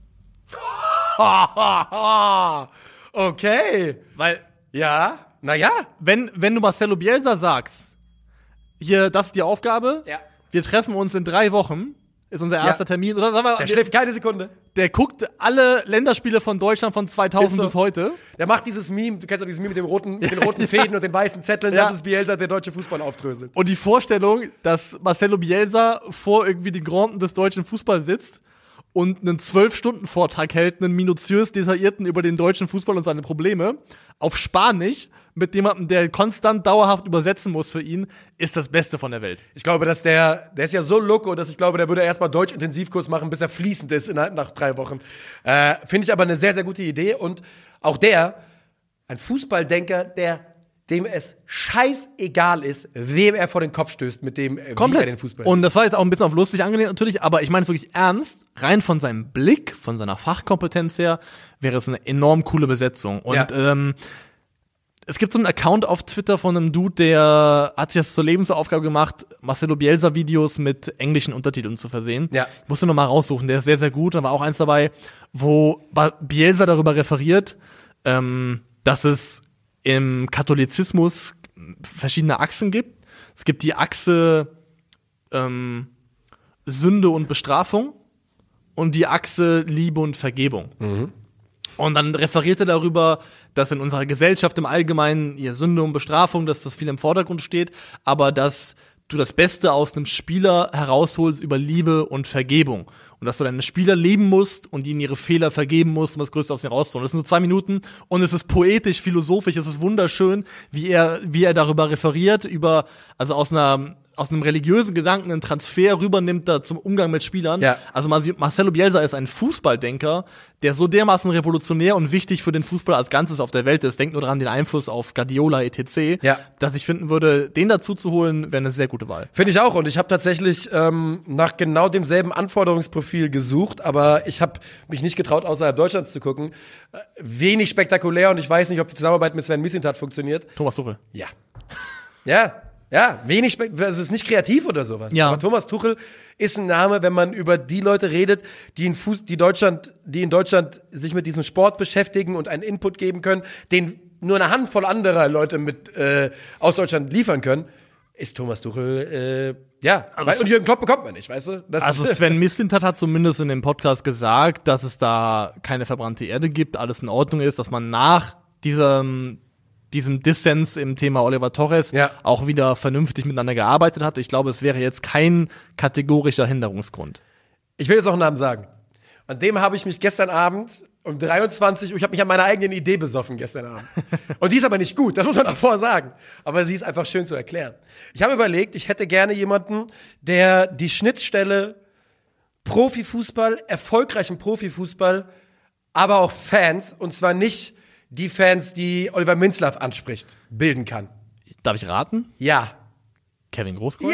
Okay. Weil, Ja, naja. wenn, wenn du Marcelo Bielsa sagst, hier, das ist die Aufgabe, Ja. wir treffen uns in drei Wochen, ist unser erster Ja. Termin. Oder sagen wir, Der der, schläft keine Sekunde. der guckt alle Länderspiele von Deutschland von zweitausend Ist so. bis heute. Der macht dieses Meme, du kennst doch dieses Meme mit dem roten, mit den roten Fäden und den weißen Zetteln, Ja. das ist Bielsa, der deutsche Fußball aufdröselt. Und die Vorstellung, dass Marcelo Bielsa vor irgendwie den Granden des deutschen Fußballs sitzt und einen zwölf-Stunden-Vortrag hält, einen minutiös detaillierten über den deutschen Fußball und seine Probleme, auf Spanisch, mit jemandem, der konstant dauerhaft übersetzen muss für ihn, ist das Beste von der Welt. Ich glaube, dass der, der ist ja so loco, dass ich glaube, der würde erstmal Deutsch-Intensivkurs machen, bis er fließend ist in, nach drei Wochen. Äh, Finde ich aber eine sehr, sehr gute Idee. Und auch der, ein Fußballdenker, der, dem es scheißegal ist, wem er vor den Kopf stößt, mit dem, äh, wie er den Fußball Und das war jetzt auch ein bisschen auf lustig angelehnt natürlich, aber ich meine es wirklich ernst. Rein von seinem Blick, von seiner Fachkompetenz her, wäre es eine enorm coole Besetzung. Und Ja. ähm, es gibt so einen Account auf Twitter von einem Dude, der hat sich das zur Lebensaufgabe gemacht, Marcelo Bielsa-Videos mit englischen Untertiteln zu versehen. Ja. Ich musste noch mal raussuchen, der ist sehr, sehr gut. Da war auch eins dabei, wo Ba- Bielsa darüber referiert, ähm, dass es im Katholizismus verschiedene Achsen gibt. Es gibt die Achse ähm, Sünde und Bestrafung und die Achse Liebe und Vergebung. Und dann referiert er darüber, dass in unserer Gesellschaft im Allgemeinen hier Sünde und Bestrafung, dass das viel im Vordergrund steht, aber dass du das Beste aus einem Spieler herausholst über Liebe und Vergebung. Und dass du deine Spieler lieben musst und ihnen ihre Fehler vergeben musst, um das Größte aus ihnen rauszuholen. Das sind so zwei Minuten und es ist poetisch, philosophisch, es ist wunderschön, wie er, wie er darüber referiert, über, also aus einer, aus einem religiösen Gedanken einen Transfer rübernimmt da zum Umgang mit Spielern. Ja. Also Marcelo Bielsa ist ein Fußballdenker, der so dermaßen revolutionär und wichtig für den Fußball als Ganzes auf der Welt ist. Denkt nur daran, den Einfluss auf Guardiola et cetera. Ja. Dass ich finden würde, den dazu zu holen, wäre eine sehr gute Wahl. Finde ich auch. Und ich habe tatsächlich ähm, nach genau demselben Anforderungsprofil gesucht, aber ich habe mich nicht getraut, außerhalb Deutschlands zu gucken. Äh, wenig spektakulär und ich weiß nicht, ob die Zusammenarbeit mit Sven Mislintat funktioniert. Thomas Tuchel. Ja. Ja. Ja, wenig, spe- es ist nicht kreativ oder sowas. Ja. Aber Thomas Tuchel ist ein Name, wenn man über die Leute redet, die in Fuß, die Deutschland, die in Deutschland sich mit diesem Sport beschäftigen und einen Input geben können, den nur eine Handvoll anderer Leute mit äh, aus Deutschland liefern können. ist Thomas Tuchel, äh, ja, Also weil, und Jürgen Klopp bekommt man nicht, weißt du? Das Also Sven Mislintat hat zumindest in dem Podcast gesagt, dass es da keine verbrannte Erde gibt, alles in Ordnung ist, dass man nach diesem, diesem Dissens im Thema Oliver Torres Ja. auch wieder vernünftig miteinander gearbeitet hat. Ich glaube, es wäre jetzt kein kategorischer Hinderungsgrund. Ich will jetzt auch einen Namen sagen. An dem habe ich mich gestern Abend um dreiundzwanzig Uhr, ich habe mich an meiner eigenen Idee besoffen gestern Abend. Und die ist aber nicht gut, das muss man davor sagen. Aber sie ist einfach schön zu erklären. Ich habe überlegt, ich hätte gerne jemanden, der die Schnittstelle Profifußball, erfolgreichen Profifußball, aber auch Fans, und zwar nicht die Fans, die Oliver Minzlaff anspricht, bilden kann. Darf ich raten? Ja. Kevin Großkreuz? Ja!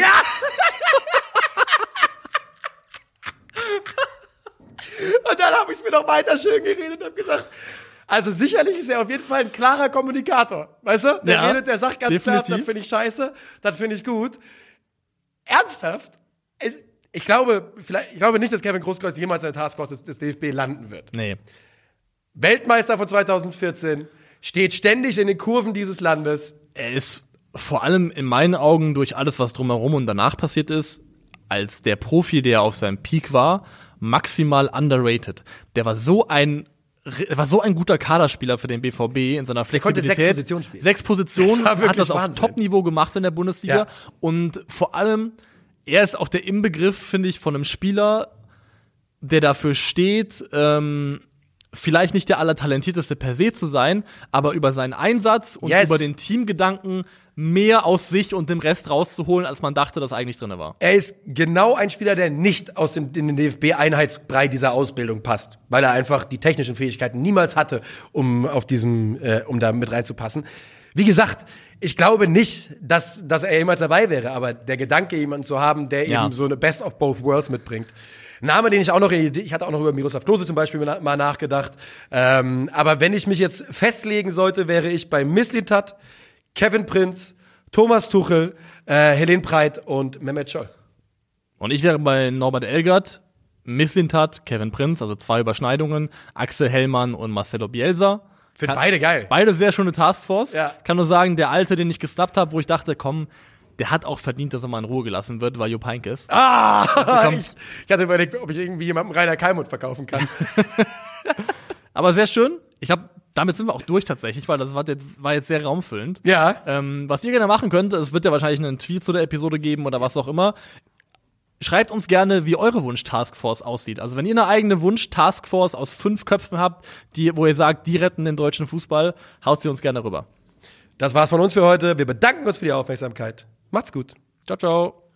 Und dann habe ich es mir noch weiter schön geredet und habe gesagt, also sicherlich ist er auf jeden Fall ein klarer Kommunikator. Weißt du? Der Ja, redet, der sagt ganz definitiv. klar, das finde ich scheiße, das finde ich gut. Ernsthaft? Ich, ich glaube, vielleicht, ich glaube nicht, dass Kevin Großkreuz jemals in der Taskforce des, des D F B landen wird. Nee. Weltmeister von zweitausendvierzehn, steht ständig in den Kurven dieses Landes. Er ist vor allem in meinen Augen durch alles, was drumherum und danach passiert ist, als der Profi, der auf seinem Peak war, maximal underrated. Der war so ein war so ein guter Kaderspieler für den B V B in seiner konnte Flexibilität. sechs Positionen spielen. Sechs Positionen, Das war wirklich hat das auf Wahnsinn. Top-Niveau gemacht in der Bundesliga. Ja. Und vor allem, er ist auch der Inbegriff, finde ich, von einem Spieler, der dafür steht, ähm, vielleicht nicht der allertalentierteste per se zu sein, aber über seinen Einsatz und Yes. über den Teamgedanken mehr aus sich und dem Rest rauszuholen, als man dachte, dass eigentlich drin war. Er ist genau ein Spieler, der nicht aus dem, in den D F B-Einheitsbrei dieser Ausbildung passt, weil er einfach die technischen Fähigkeiten niemals hatte, um auf diesem, äh, um da mit reinzupassen. Wie gesagt, ich glaube nicht, dass, dass er jemals dabei wäre, aber der Gedanke, jemanden zu haben, der Ja. eben so eine Best of both worlds mitbringt. Name, den ich auch noch, ich hatte auch noch über Miroslav Klose zum Beispiel mal nachgedacht. Ähm, aber wenn ich mich jetzt festlegen sollte, wäre ich bei Mislintat, Kevin Prinz, Thomas Tuchel, äh, Helene Preit und Mehmet Scholl. Und ich wäre bei Norbert Elgert, Mislintat, Kevin Prinz, also zwei Überschneidungen, Axel Hellmann und Marcelo Bielsa. Finde Kann- beide geil. Beide sehr schöne Taskforce. Ja. Kann nur sagen, der Alte, den ich gesnappt habe, wo ich dachte, komm, der hat auch verdient, dass er mal in Ruhe gelassen wird, war Jupp Heynckes. Ah, ich, ich hatte überlegt, ob ich irgendwie jemandem Rainer Kalmund verkaufen kann. Aber sehr schön. Ich habe, damit sind wir auch durch tatsächlich, weil das war jetzt, war jetzt sehr raumfüllend. Ja. Ähm, was ihr gerne machen könnt, es wird ja wahrscheinlich einen Tweet zu der Episode geben oder was auch immer. Schreibt uns gerne, wie eure Wunsch-Taskforce aussieht. Also wenn ihr eine eigene Wunsch-Taskforce aus fünf Köpfen habt, die, wo ihr sagt, die retten den deutschen Fußball, haut sie uns gerne rüber. Das war's von uns für heute. Wir bedanken uns für die Aufmerksamkeit. Macht's gut. Ciao, ciao.